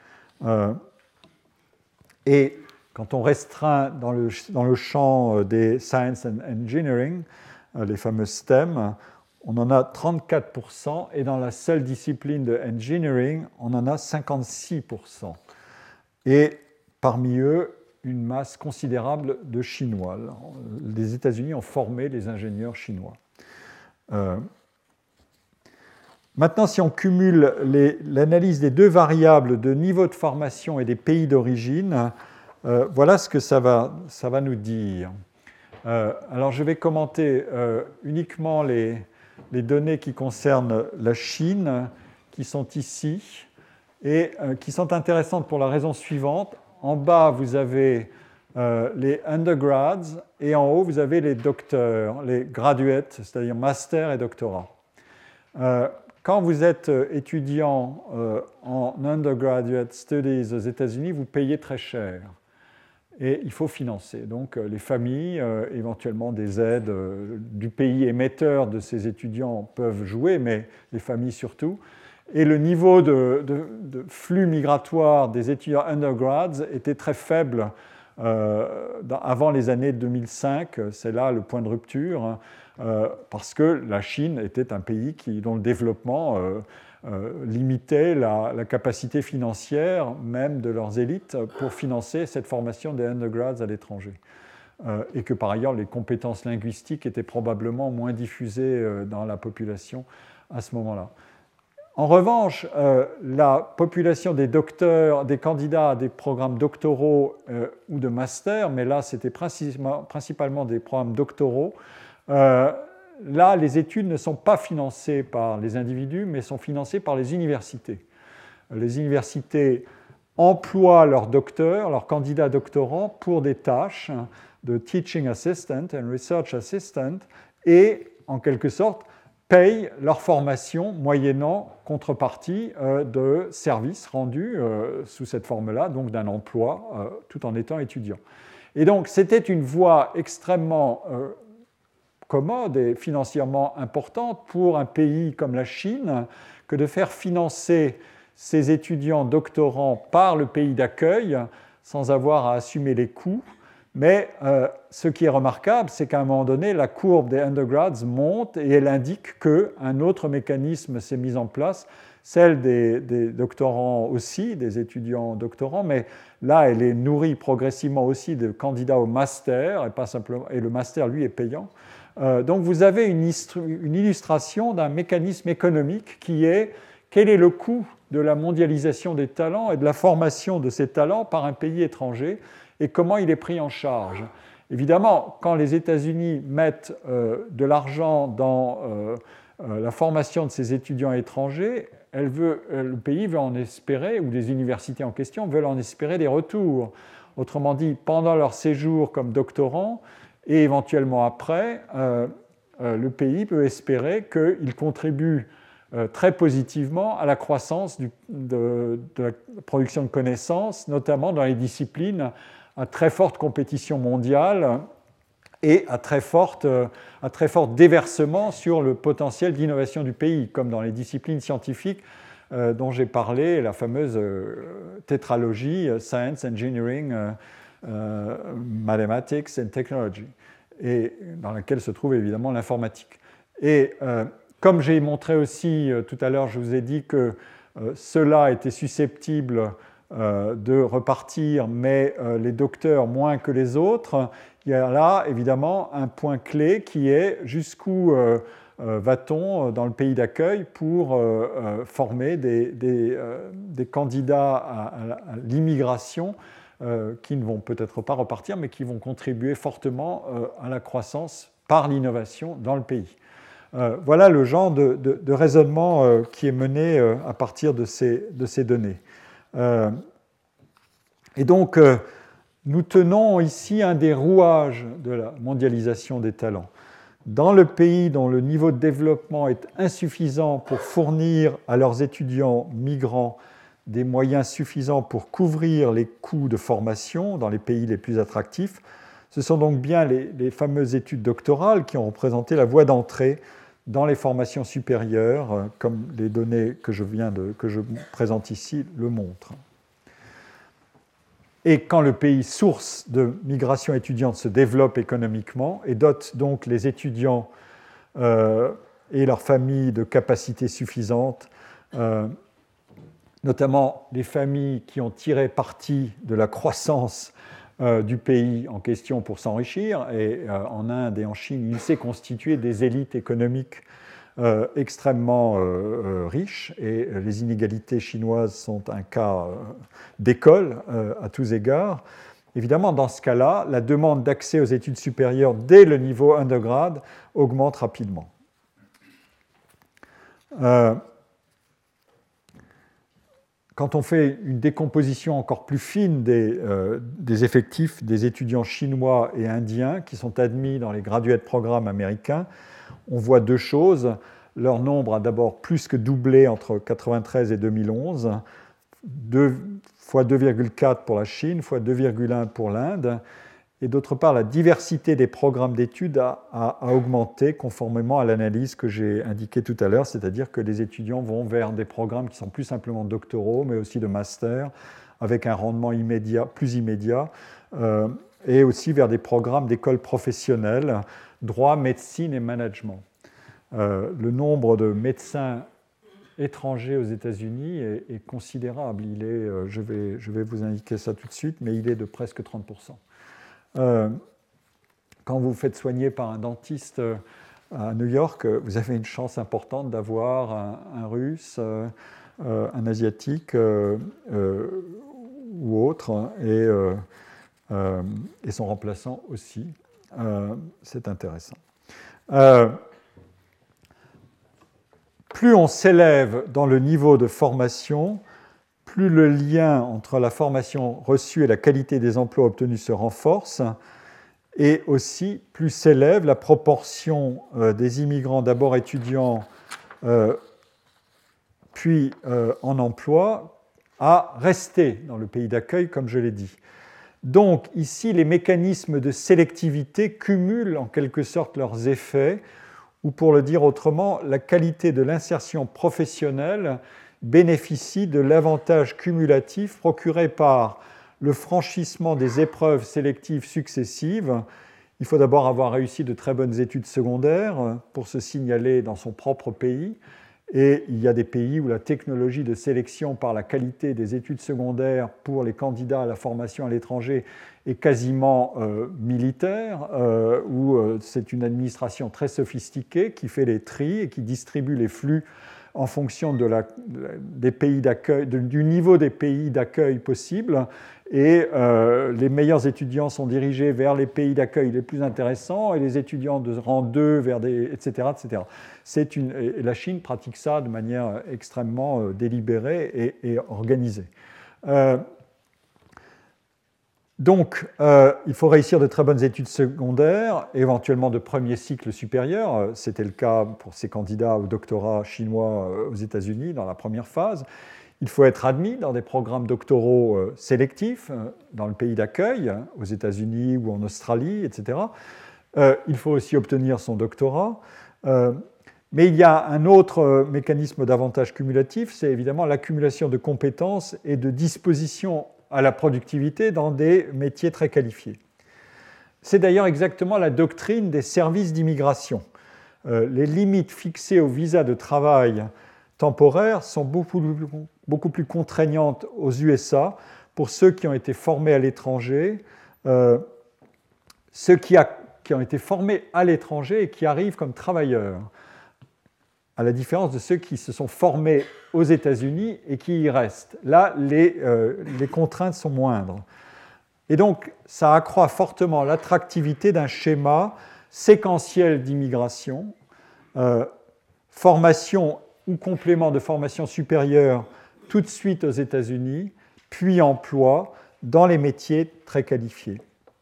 Et quand on restreint dans le champ des Science and Engineering, les fameux STEM, on en a 34%, et dans la seule discipline de Engineering, on en a 56%. Et parmi eux, une masse considérable de Chinois. Les États-Unis ont formé les ingénieurs chinois. Maintenant, si on cumule l'analyse des deux variables de niveau de formation et des pays d'origine, voilà ce que ça va nous dire. Alors, je vais commenter uniquement les données qui concernent la Chine, qui sont ici, et qui sont intéressantes pour la raison suivante. En bas, vous avez les undergrads, et en haut, vous avez les docteurs, les graduates, c'est-à-dire master et doctorat. Quand vous êtes étudiant en undergraduate studies aux États-Unis, vous payez très cher. Et il faut financer. Donc les familles, éventuellement des aides du pays émetteur de ces étudiants peuvent jouer, mais les familles surtout. Et le niveau de flux migratoire des étudiants undergrads était très faible avant les années 2005. C'est là le point de rupture, parce que la Chine était un pays dont le développement limitait la capacité financière même de leurs élites pour financer cette formation des undergrads à l'étranger. Et que par ailleurs, les compétences linguistiques étaient probablement moins diffusées dans la population à ce moment-là. En revanche, la population des docteurs, des candidats à des programmes doctoraux ou de master, mais là c'était principalement des programmes doctoraux, là les études ne sont pas financées par les individus, mais sont financées par les universités. Les universités emploient leurs docteurs, leurs candidats doctorants pour des tâches de teaching assistant and research assistant et en quelque sorte payent leur formation moyennant contrepartie de services rendus sous cette forme-là, donc d'un emploi, tout en étant étudiant. Et donc, c'était une voie extrêmement commode et financièrement importante pour un pays comme la Chine que de faire financer ses étudiants doctorants par le pays d'accueil sans avoir à assumer les coûts. Mais ce qui est remarquable, c'est qu'à un moment donné, la courbe des undergrads monte et elle indique qu'un autre mécanisme s'est mis en place, celle des doctorants aussi, des étudiants doctorants, mais là, elle est nourrie progressivement aussi de candidats au master, et, pas simplement, et le master, lui, est payant. Donc vous avez une illustration d'un mécanisme économique qui est quel est le coût de la mondialisation des talents et de la formation de ces talents par un pays étranger, et comment il est pris en charge. Évidemment, quand les États-Unis mettent de l'argent dans la formation de ces étudiants étrangers, le pays veut en espérer, ou les universités en question veulent en espérer des retours. Autrement dit, pendant leur séjour comme doctorants, et éventuellement après, le pays peut espérer qu'ils contribuent très positivement à la croissance de la production de connaissances, notamment dans les disciplines à très forte compétition mondiale et à très fort déversement sur le potentiel d'innovation du pays, comme dans les disciplines scientifiques dont j'ai parlé, la fameuse tétralogie Science, Engineering, Mathematics and Technology, et dans laquelle se trouve évidemment l'informatique. Et comme j'ai montré aussi tout à l'heure, je vous ai dit que cela était susceptible de repartir, mais les docteurs moins que les autres. Il y a là évidemment un point clé qui est jusqu'où va-t-on dans le pays d'accueil pour former des candidats à l'immigration qui ne vont peut-être pas repartir, mais qui vont contribuer fortement à la croissance par l'innovation dans le pays. Voilà le genre de raisonnement qui est mené à partir de ces données. Et donc, nous tenons ici un des rouages de la mondialisation des talents. Dans le pays dont le niveau de développement est insuffisant pour fournir à leurs étudiants migrants des moyens suffisants pour couvrir les coûts de formation dans les pays les plus attractifs, ce sont donc bien les fameuses études doctorales qui ont représenté la voie d'entrée dans les formations supérieures, comme les données que je présente ici le montrent. Et quand le pays source de migration étudiante se développe économiquement et dote donc les étudiants et leurs familles de capacités suffisantes, notamment les familles qui ont tiré parti de la croissance du pays en question pour s'enrichir. Et en Inde et en Chine, il s'est constitué des élites économiques extrêmement riches. Et les inégalités chinoises sont un cas d'école à tous égards. Évidemment, dans ce cas-là, la demande d'accès aux études supérieures dès le niveau undergrad augmente rapidement. Quand on fait une décomposition encore plus fine des effectifs des étudiants chinois et indiens qui sont admis dans les graduate programmes américains, on voit deux choses. Leur nombre a d'abord plus que doublé entre 1993 et 2011, fois 2,4 pour la Chine, fois 2,1 pour l'Inde. Et d'autre part, la diversité des programmes d'études a augmenté conformément à l'analyse que j'ai indiquée tout à l'heure, c'est-à-dire que les étudiants vont vers des programmes qui sont plus simplement doctoraux, mais aussi de master, avec un rendement plus immédiat, et aussi vers des programmes d'école professionnelle, droit, médecine et management. Le nombre de médecins étrangers aux États-Unis est considérable. Je vais vous indiquer ça tout de suite, mais il est de presque 30%. Quand vous vous faites soigner par un dentiste à New York, vous avez une chance importante d'avoir un Russe, un Asiatique ou autre, et son remplaçant aussi. C'est intéressant. Plus on s'élève dans le niveau de formation, plus le lien entre la formation reçue et la qualité des emplois obtenus se renforce, et aussi plus s'élève la proportion des immigrants d'abord étudiants, puis en emploi, à rester dans le pays d'accueil, comme je l'ai dit. Donc ici, les mécanismes de sélectivité cumulent en quelque sorte leurs effets, ou pour le dire autrement, la qualité de l'insertion professionnelle bénéficie de l'avantage cumulatif procuré par le franchissement des épreuves sélectives successives. Il faut d'abord avoir réussi de très bonnes études secondaires pour se signaler dans son propre pays. Et il y a des pays où la technologie de sélection par la qualité des études secondaires pour les candidats à la formation à l'étranger est quasiment militaire, où c'est une administration très sophistiquée qui fait les tris et qui distribue les flux en fonction des pays d'accueil, du niveau des pays d'accueil possibles. Et les meilleurs étudiants sont dirigés vers les pays d'accueil les plus intéressants et les étudiants de rang 2 vers etc. etc. Et la Chine pratique ça de manière extrêmement délibérée et organisée. Donc, il faut réussir de très bonnes études secondaires, éventuellement de premier cycle supérieur. C'était le cas pour ces candidats au doctorat chinois aux États-Unis dans la première phase. Il faut être admis dans des programmes doctoraux sélectifs dans le pays d'accueil, aux États-Unis ou en Australie, etc. Il faut aussi obtenir son doctorat. Mais il y a un autre mécanisme d'avantage cumulatif, c'est évidemment l'accumulation de compétences et de dispositions à la productivité dans des métiers très qualifiés. C'est d'ailleurs exactement la doctrine des services d'immigration. Les limites fixées au visa de travail temporaire sont beaucoup plus contraignantes aux USA pour ceux qui ont été formés à l'étranger, ceux qui ont été formés à l'étranger et qui arrivent comme travailleurs, à la différence de ceux qui se sont formés aux États-Unis et qui y restent. Là, les contraintes sont moindres. Et donc, ça accroît fortement l'attractivité d'un schéma séquentiel d'immigration, formation ou complément de formation supérieure tout de suite aux États-Unis, puis emploi dans les métiers très qualifiés.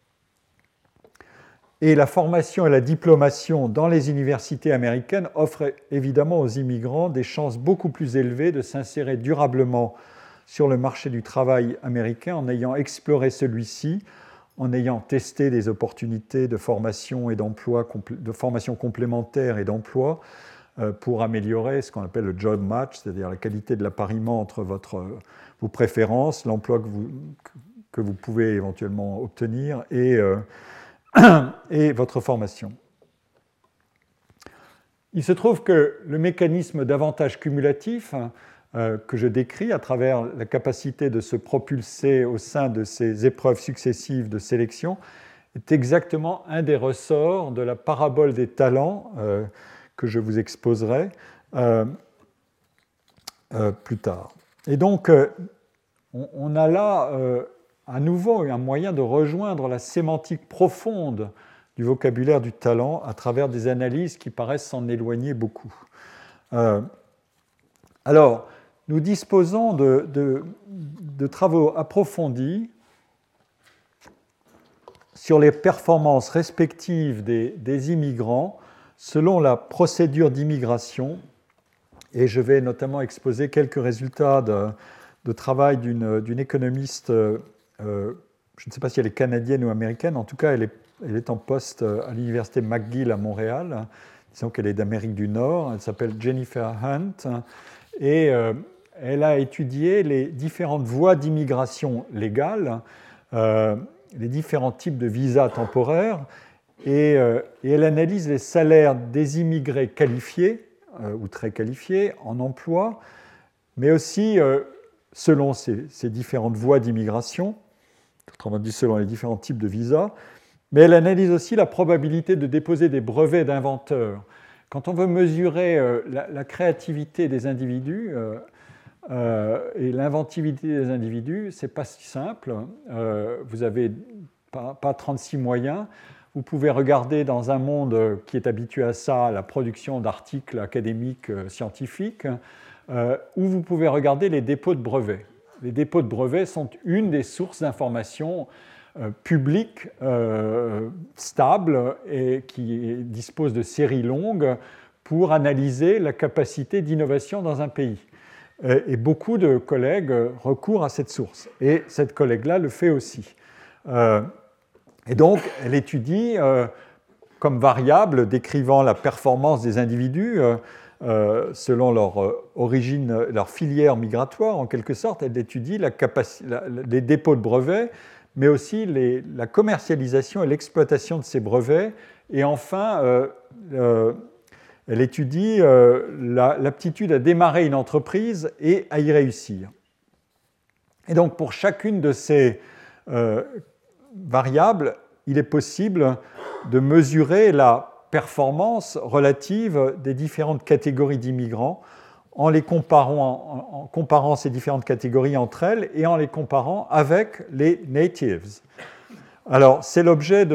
Et la formation et la diplomation dans les universités américaines offrent évidemment aux immigrants des chances beaucoup plus élevées de s'insérer durablement sur le marché du travail américain en ayant exploré celui-ci, en ayant testé des opportunités de formation et d'emploi, de formation complémentaire et d'emploi pour améliorer ce qu'on appelle le job match, c'est-à-dire la qualité de l'appariement entre vos préférences, l'emploi que vous pouvez éventuellement obtenir et votre formation. Il se trouve que le mécanisme d'avantage cumulatif que je décris à travers la capacité de se propulser au sein de ces épreuves successives de sélection est exactement un des ressorts de la parabole des talents que je vous exposerai plus tard. Et donc, on a là à nouveau un moyen de rejoindre la sémantique profonde du vocabulaire du talent à travers des analyses qui paraissent s'en éloigner beaucoup. Alors, nous disposons de travaux approfondis sur les performances respectives des immigrants selon la procédure d'immigration, et je vais notamment exposer quelques résultats de travail d'une économiste, je ne sais pas si elle est canadienne ou américaine, en tout cas elle est en poste à l'université McGill à Montréal, disons qu'elle est d'Amérique du Nord, elle s'appelle Jennifer Hunt, et elle a étudié les différentes voies d'immigration légales, les différents types de visas temporaires, et elle analyse les salaires des immigrés qualifiés ou très qualifiés en emploi, mais aussi selon ces différentes voies d'immigration, autrement dit selon les différents types de visas, mais elle analyse aussi la probabilité de déposer des brevets d'inventeurs. Quand on veut mesurer la créativité des individus et l'inventivité des individus, ce n'est pas si simple. Vous n'avez pas 36 moyens. Vous pouvez regarder dans un monde qui est habitué à ça, la production d'articles académiques scientifiques, ou vous pouvez regarder les dépôts de brevets. Les dépôts de brevets sont une des sources d'informations publiques stables et qui disposent de séries longues pour analyser la capacité d'innovation dans un pays. Et beaucoup de collègues recourent à cette source. Et cette collègue-là le fait aussi. Et donc, elle étudie comme variable décrivant la performance des individus selon leur origine, leur filière migratoire, en quelque sorte. Elle étudie les dépôts de brevets, mais aussi la commercialisation et l'exploitation de ces brevets. Et enfin, elle étudie l'aptitude à démarrer une entreprise et à y réussir. Et donc, pour chacune de ces variables, il est possible de mesurer la performance relative des différentes catégories d'immigrants en comparant ces différentes catégories entre elles et en les comparant avec les natives. Alors, c'est l'objet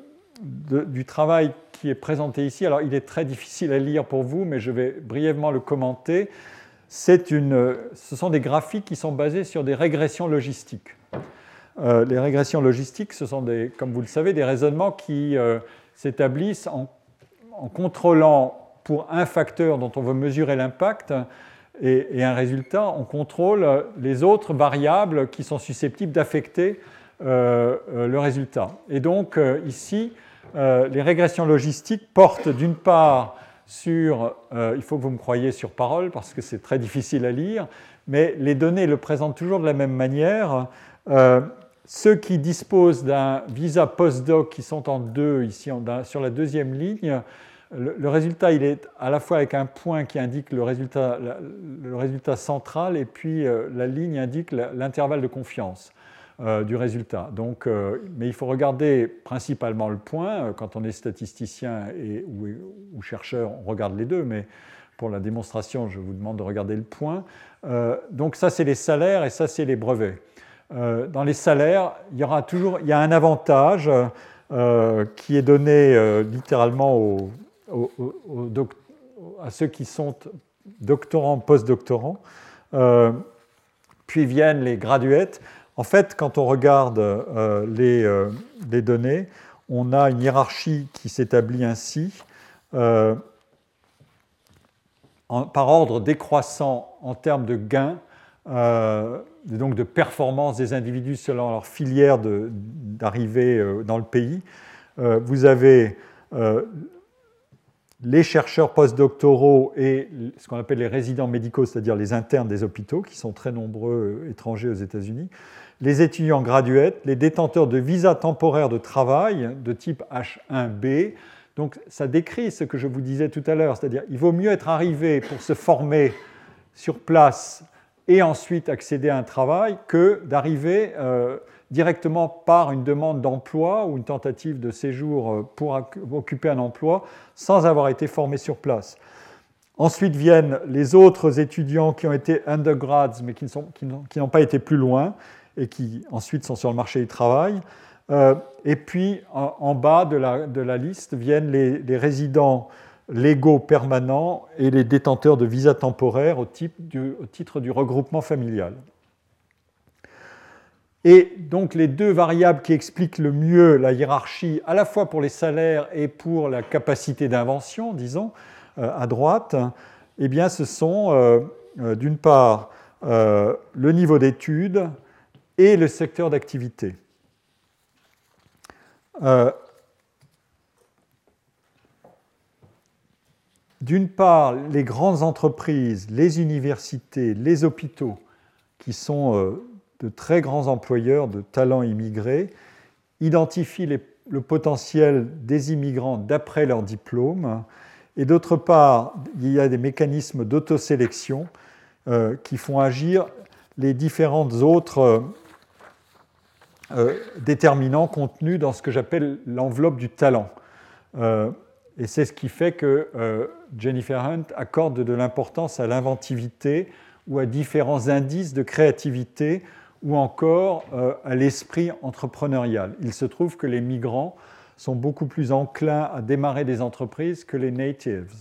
du travail qui est présenté ici. Alors, il est très difficile à lire pour vous, mais je vais brièvement le commenter. Ce sont des graphiques qui sont basés sur des régressions logistiques. Les régressions logistiques, ce sont, comme vous le savez, des raisonnements qui s'établissent en contrôlant pour un facteur dont on veut mesurer l'impact et un résultat, on contrôle les autres variables qui sont susceptibles d'affecter le résultat. Et donc ici, les régressions logistiques portent d'une part sur, il faut que vous me croyiez sur parole parce que c'est très difficile à lire, mais les données le présentent toujours de la même manière. Ceux qui disposent d'un visa postdoc qui sont en 2 ici sur la deuxième ligne, le résultat il est à la fois avec un point qui indique le résultat central et puis la ligne indique l'intervalle de confiance du résultat. Donc, mais il faut regarder principalement le point. Quand on est statisticien ou chercheur, on regarde les deux, mais pour la démonstration, je vous demande de regarder le point. Donc ça, c'est les salaires et ça, c'est les brevets. Dans les salaires, il y a un avantage qui est donné littéralement à ceux qui sont doctorants, post-doctorants, puis viennent les graduates. En fait, quand on regarde les données, on a une hiérarchie qui s'établit ainsi, par ordre décroissant en termes de gains, donc de performance des individus selon leur filière d'arrivée dans le pays. Vous avez les chercheurs postdoctoraux et ce qu'on appelle les résidents médicaux, c'est-à-dire les internes des hôpitaux, qui sont très nombreux étrangers aux États-Unis, les étudiants graduates, les détenteurs de visas temporaires de travail de type H1B. Donc ça décrit ce que je vous disais tout à l'heure, c'est-à-dire il vaut mieux être arrivé pour se former sur place et ensuite accéder à un travail que d'arriver directement par une demande d'emploi ou une tentative de séjour pour occuper un emploi sans avoir été formé sur place. Ensuite viennent les autres étudiants qui ont été undergrads mais qui n'ont pas été plus loin et qui ensuite sont sur le marché du travail. Et puis en bas de la liste viennent les résidents légaux permanents et les détenteurs de visas temporaires au titre du regroupement familial. Et donc les deux variables qui expliquent le mieux la hiérarchie, à la fois pour les salaires et pour la capacité d'invention, disons, à droite, eh bien, ce sont d'une part le niveau d'études et le secteur d'activité. D'une part, les grandes entreprises, les universités, les hôpitaux, qui sont de très grands employeurs de talents immigrés, identifient le potentiel des immigrants d'après leur diplôme. Et d'autre part, il y a des mécanismes d'autosélection qui font agir les différentes autres déterminants contenus dans ce que j'appelle l'enveloppe du talent. Et c'est ce qui fait que Jennifer Hunt accorde de l'importance à l'inventivité ou à différents indices de créativité ou encore à l'esprit entrepreneurial. Il se trouve que les migrants sont beaucoup plus enclins à démarrer des entreprises que les natives.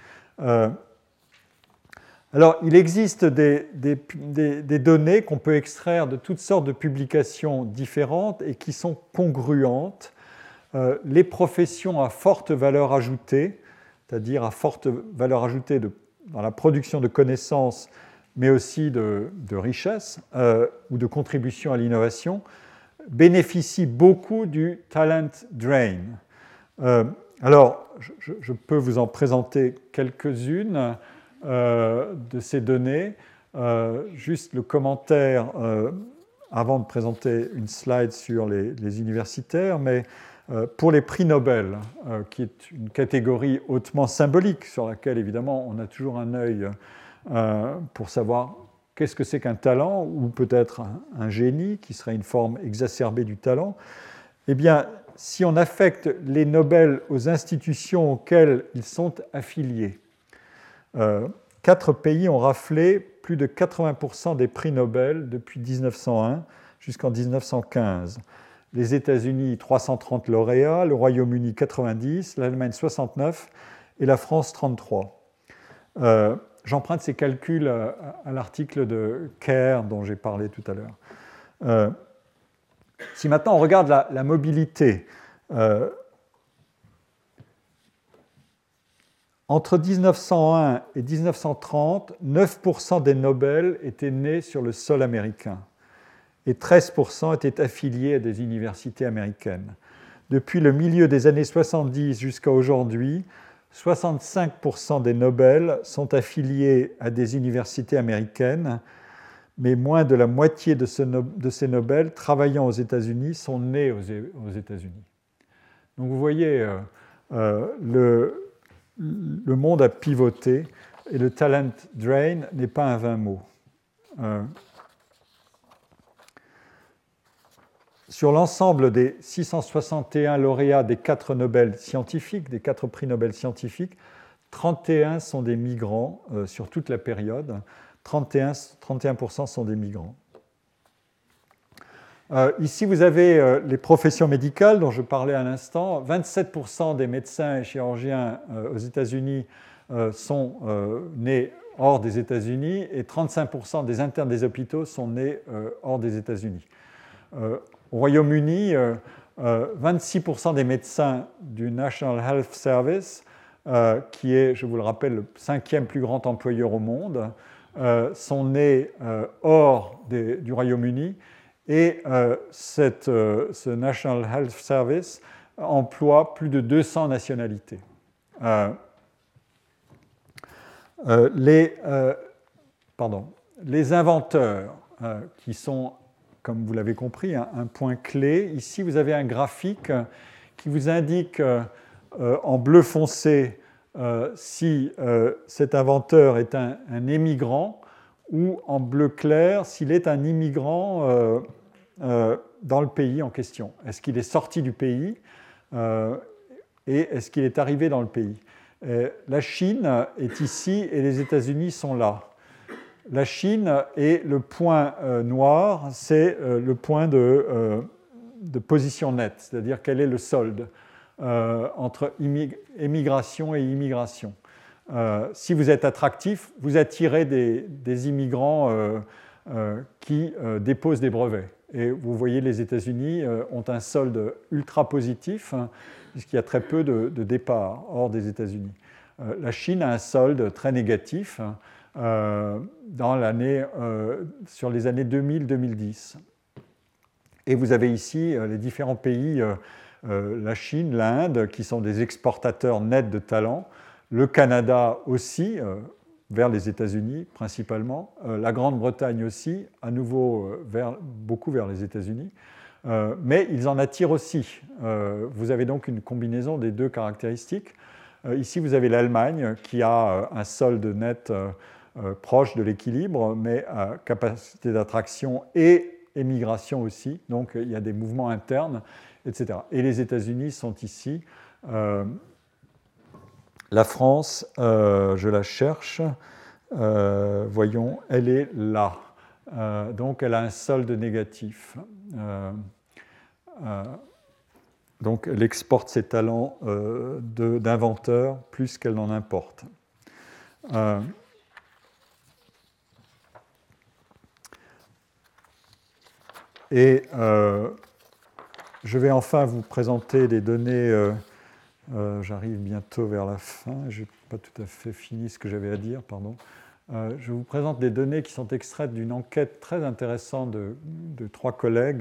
Alors, il existe des données qu'on peut extraire de toutes sortes de publications différentes et qui sont congruentes. Les professions à forte valeur ajoutée, c'est-à-dire à forte valeur ajoutée dans la production de connaissances, mais aussi de richesse ou de contribution à l'innovation, bénéficient beaucoup du talent drain. Alors, je peux vous en présenter quelques-unes de ces données. Juste le commentaire avant de présenter une slide sur les universitaires, mais pour les prix Nobel, qui est une catégorie hautement symbolique sur laquelle évidemment on a toujours un œil pour savoir qu'est-ce que c'est qu'un talent ou peut-être un génie qui serait une forme exacerbée du talent. Eh bien, si on affecte les Nobel aux institutions auxquelles ils sont affiliés, 4 pays ont raflé plus de 80% des prix Nobel depuis 1901 jusqu'en 1915. Les États-Unis, 330 lauréats, le Royaume-Uni, 90, l'Allemagne, 69 et la France, 33. J'emprunte ces calculs à l'article de Kerr dont j'ai parlé tout à l'heure. Si maintenant on regarde la mobilité, entre 1901 et 1930, 9% des Nobel étaient nés sur le sol américain et 13% étaient affiliés à des universités américaines. Depuis le milieu des années 70 jusqu'à aujourd'hui, 65% des Nobel sont affiliés à des universités américaines, mais moins de la moitié de ces Nobel travaillant aux États-Unis sont nés aux États-Unis. Donc vous voyez, le monde a pivoté et le talent drain n'est pas un vain mot. Sur l'ensemble des 661 lauréats des 4 Nobel scientifiques, des 4 prix Nobel scientifiques, 31 sont des migrants sur toute la période. 31% sont des migrants. Ici, vous avez les professions médicales dont je parlais à l'instant. 27% des médecins et chirurgiens aux États-Unis sont nés hors des États-Unis et 35% des internes des hôpitaux sont nés hors des États-Unis. Au Royaume-Uni, 26% des médecins du National Health Service, qui est, je vous le rappelle, le 5e plus grand employeur au monde, sont nés hors du Royaume-Uni et ce National Health Service emploie plus de 200 nationalités. Les inventeurs, qui sont, comme vous l'avez compris, un point clé. Ici, vous avez un graphique qui vous indique en bleu foncé si cet inventeur est un émigrant ou en bleu clair s'il est un immigrant dans le pays en question. Est-ce qu'il est sorti du pays et est-ce qu'il est arrivé dans le pays? La Chine est ici et les États-Unis sont là. La Chine est le point noir, c'est le point de position nette, c'est-à-dire quel est le solde entre émigration et immigration. Si vous êtes attractif, vous attirez des immigrants qui déposent des brevets. Et vous voyez, les États-Unis ont un solde ultra positif, puisqu'il y a très peu de départs hors des États-Unis. La Chine a un solde très négatif sur les années 2000-2010. Et vous avez ici les différents pays, la Chine, l'Inde, qui sont des exportateurs nets de talents, le Canada aussi, vers les États-Unis principalement, la Grande-Bretagne aussi, à nouveau beaucoup vers les États-Unis, mais ils en attirent aussi. Vous avez donc une combinaison des deux caractéristiques. Ici, vous avez l'Allemagne qui a un solde net proche de l'équilibre, mais à capacité d'attraction et émigration aussi, donc il y a des mouvements internes, etc. Et les États-Unis sont ici. La France, je la cherche, voyons, elle est là. Donc elle a un solde négatif. Donc elle exporte ses talents d'inventeur plus qu'elle n'en importe. Et je vais enfin vous présenter des données. J'arrive bientôt vers la fin. Je n'ai pas tout à fait fini ce que j'avais à dire, pardon. Je vous présente des données qui sont extraites d'une enquête très intéressante de 3 collègues,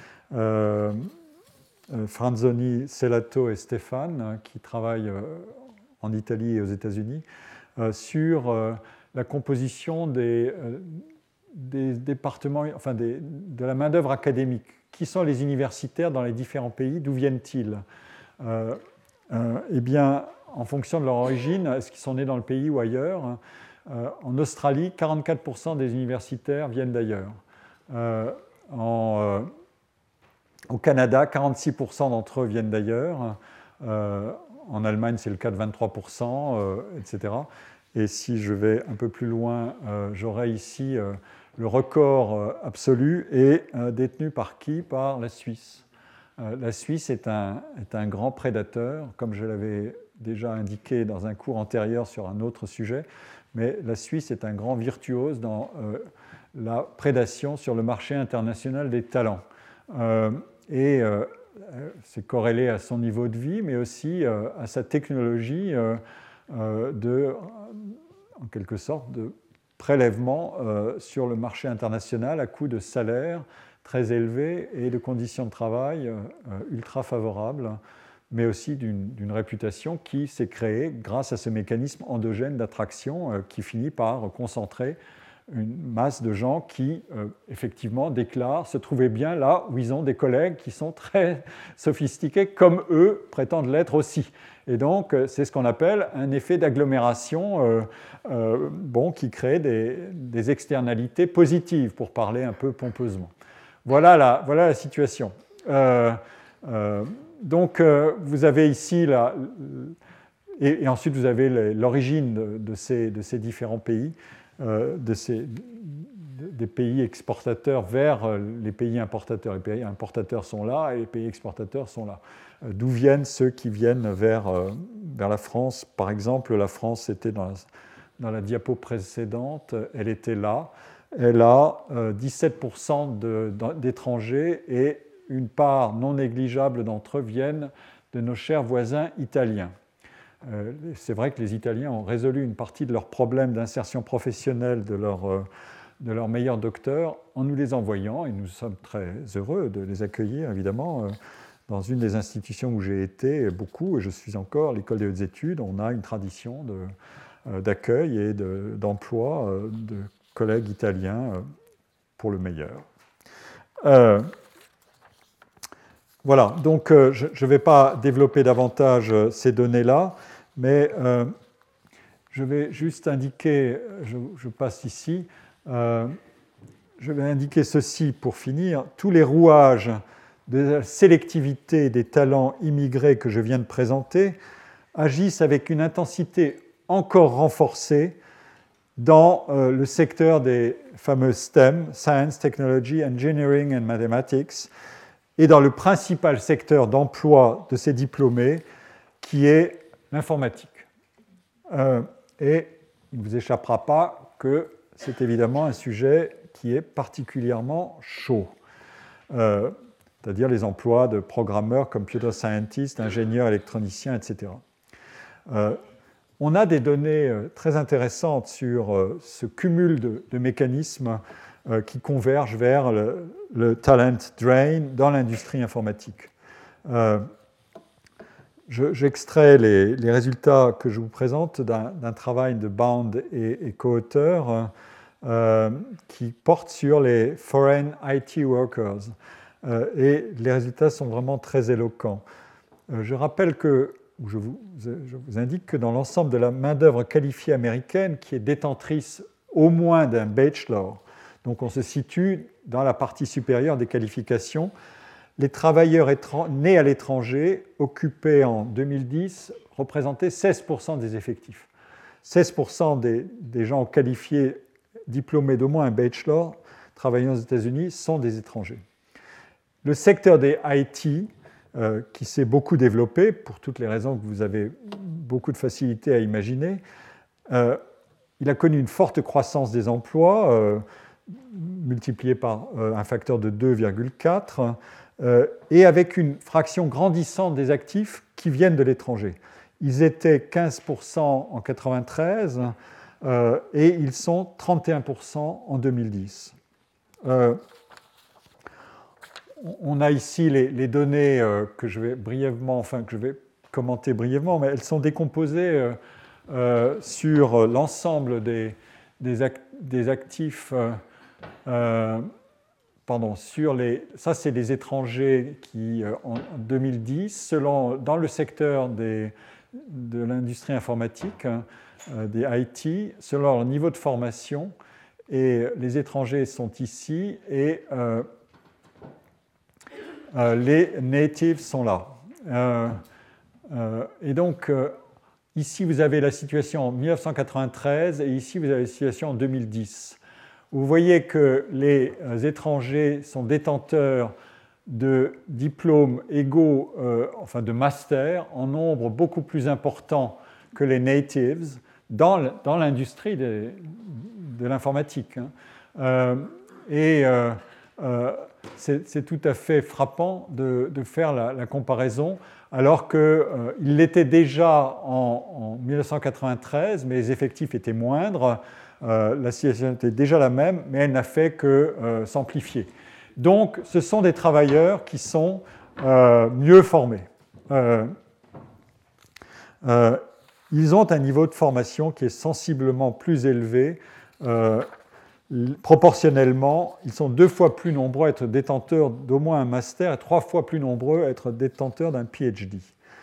Franzoni, Celato et Stéphane, qui travaillent en Italie et aux États-Unis, sur la composition des départements, enfin de la main-d'œuvre académique. Qui sont les universitaires dans les différents pays? D'où viennent-ils? Eh bien, en fonction de leur origine, est-ce qu'ils sont nés dans le pays ou ailleurs? En Australie, 44% des universitaires viennent d'ailleurs. Au Canada, 46% d'entre eux viennent d'ailleurs. En Allemagne, c'est le cas de 23%, etc. Et si je vais un peu plus loin, j'aurai ici le record absolu est détenu par qui? Par la Suisse. La Suisse est un grand prédateur, comme je l'avais déjà indiqué dans un cours antérieur sur un autre sujet, mais la Suisse est un grand virtuose dans la prédation sur le marché international des talents. C'est corrélé à son niveau de vie, mais aussi à sa technologie en quelque sorte, de prélèvement sur le marché international à coût de salaire très élevé et de conditions de travail ultra favorables, mais aussi d'une réputation qui s'est créée grâce à ce mécanisme endogène d'attraction qui finit par concentrer une masse de gens qui, effectivement, déclarent se trouver bien là où ils ont des collègues qui sont très sophistiqués, comme eux prétendent l'être aussi. Et donc, c'est ce qu'on appelle un effet d'agglomération qui crée des externalités positives, pour parler un peu pompeusement. Voilà la situation. Donc, vous avez ici, et ensuite vous avez l'origine de ces différents pays, des pays exportateurs vers les pays importateurs. Les pays importateurs sont là et les pays exportateurs sont là. D'où viennent ceux qui viennent vers la France? Par exemple, la France était dans la diapo précédente, elle était là. Elle a 17% d'étrangers et une part non négligeable d'entre eux viennent de nos chers voisins italiens. C'est vrai que les Italiens ont résolu une partie de leurs problèmes d'insertion professionnelle de leurs meilleurs docteurs en nous les envoyant, et nous sommes très heureux de les accueillir, évidemment. Dans une des institutions où j'ai été beaucoup, et je suis encore, l'École des hautes études, on a une tradition d'accueil et d'emploi de collègues italiens pour le meilleur. Voilà, donc je ne vais pas développer davantage ces données-là, mais je vais juste indiquer, je passe ici, Je vais indiquer ceci pour finir. Tous les rouages de la sélectivité des talents immigrés que je viens de présenter agissent avec une intensité encore renforcée dans le secteur des fameux STEM, Science, Technology, Engineering and Mathematics, et dans le principal secteur d'emploi de ces diplômés, qui est l'informatique. Et il ne vous échappera pas que c'est évidemment un sujet qui est particulièrement chaud, c'est-à-dire les emplois de programmeurs, computer scientists, ingénieurs, électroniciens, etc. On a des données très intéressantes sur ce cumul de mécanismes qui convergent vers le talent drain dans l'industrie informatique. J'extrais les résultats que je vous présente d'un travail de Bound et co-auteurs qui porte sur les foreign IT workers. Et les résultats sont vraiment très éloquents. Je rappelle que, je vous indique que dans l'ensemble de la main-d'œuvre qualifiée américaine, qui est détentrice au moins d'un bachelor, donc on se situe dans la partie supérieure des qualifications, les travailleurs nés à l'étranger, occupés en 2010, représentaient 16% des effectifs. 16% des gens qualifiés, diplômés d'au moins un bachelor, travaillant aux États-Unis, sont des étrangers. Le secteur des IT, qui s'est beaucoup développé, pour toutes les raisons que vous avez beaucoup de facilité à imaginer, il a connu une forte croissance des emplois, multipliée par un facteur de 2,4, et avec une fraction grandissante des actifs qui viennent de l'étranger. Ils étaient 15% en 1993 et ils sont 31% en 2010. On a ici les données que je vais commenter brièvement, mais elles sont décomposées sur l'ensemble des actifs. Ça, c'est les étrangers qui, en 2010, dans le secteur de l'industrie informatique, des IT, selon leur niveau de formation, et les étrangers sont ici, et les natives sont là. Et donc, ici, vous avez la situation en 1993, et ici, vous avez la situation en 2010. Vous voyez que les étrangers sont détenteurs de diplômes égaux, de master, en nombre beaucoup plus important que les natives dans l'industrie de l'informatique. C'est tout à fait frappant de faire la comparaison, alors qu'il l'était déjà en 1993, mais les effectifs étaient moindres. La situation était déjà la même, mais elle n'a fait que s'amplifier. Donc, ce sont des travailleurs qui sont mieux formés. Ils ont un niveau de formation qui est sensiblement plus élevé. Proportionnellement, ils sont 2 fois plus nombreux à être détenteurs d'au moins un master et 3 fois plus nombreux à être détenteurs d'un PhD.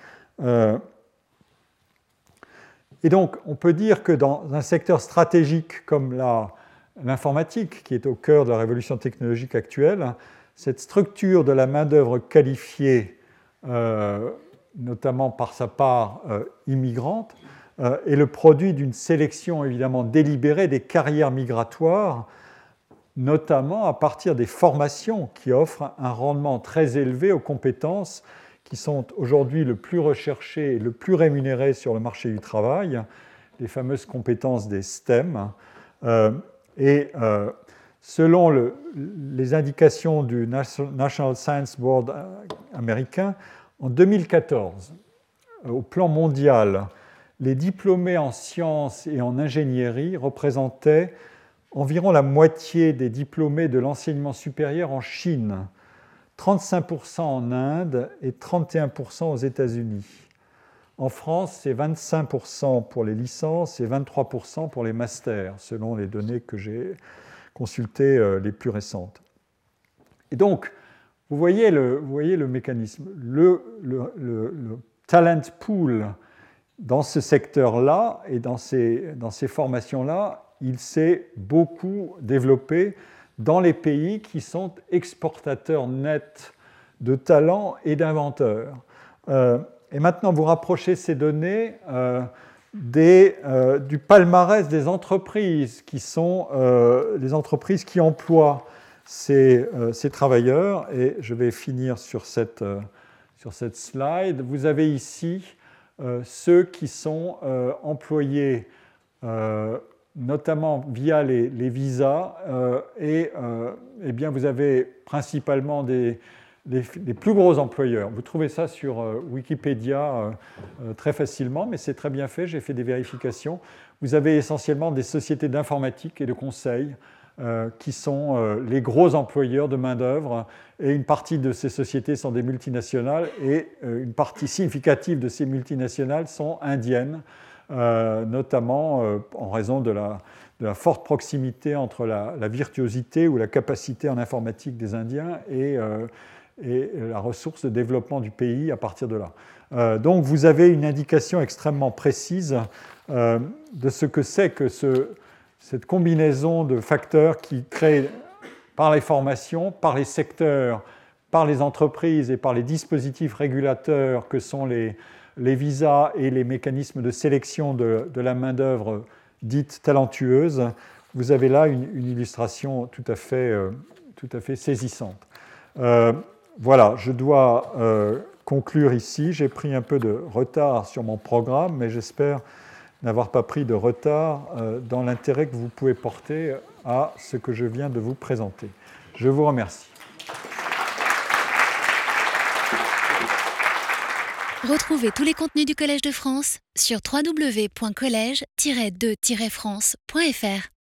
Et donc, on peut dire que dans un secteur stratégique comme l'informatique, qui est au cœur de la révolution technologique actuelle, cette structure de la main-d'œuvre qualifiée, notamment par sa part immigrante, est le produit d'une sélection évidemment délibérée des carrières migratoires, notamment à partir des formations qui offrent un rendement très élevé aux compétences qui sont aujourd'hui le plus recherchées et le plus rémunérées sur le marché du travail, les fameuses compétences des STEM. Selon les indications du National Science Board américain, en 2014, au plan mondial, les diplômés en sciences et en ingénierie représentaient environ la moitié des diplômés de l'enseignement supérieur en Chine, 35% en Inde et 31% aux États-Unis. En France, c'est 25% pour les licences et 23% pour les masters, selon les données que j'ai consultées les plus récentes. Et donc, vous voyez le mécanisme. Le talent pool dans ce secteur-là et dans ces formations-là il s'est beaucoup développé dans les pays qui sont exportateurs nets de talents et d'inventeurs. Et maintenant, vous rapprochez ces données du palmarès des entreprises qui sont les entreprises qui emploient ces travailleurs. Et je vais finir sur cette slide. Vous avez ici ceux qui sont employés notamment via les visas, et bien vous avez principalement les plus gros employeurs. Vous trouvez ça sur Wikipédia très facilement, mais c'est très bien fait, j'ai fait des vérifications. Vous avez essentiellement des sociétés d'informatique et de conseil qui sont les gros employeurs de main-d'œuvre, et une partie de ces sociétés sont des multinationales, et une partie significative de ces multinationales sont indiennes, notamment en raison de la forte proximité entre la virtuosité ou la capacité en informatique des Indiens et la ressource de développement du pays à partir de là. Donc vous avez une indication extrêmement précise de ce que c'est que cette combinaison de facteurs qui créent par les formations, par les secteurs, par les entreprises et par les dispositifs régulateurs que sont les visas et les mécanismes de sélection de la main-d'œuvre dite talentueuse. Vous avez là une illustration tout à fait saisissante. Voilà, je dois conclure ici. J'ai pris un peu de retard sur mon programme, mais j'espère n'avoir pas pris de retard dans l'intérêt que vous pouvez porter à ce que je viens de vous présenter. Je vous remercie. Retrouvez tous les contenus du Collège de France sur www.collège-2-france.fr.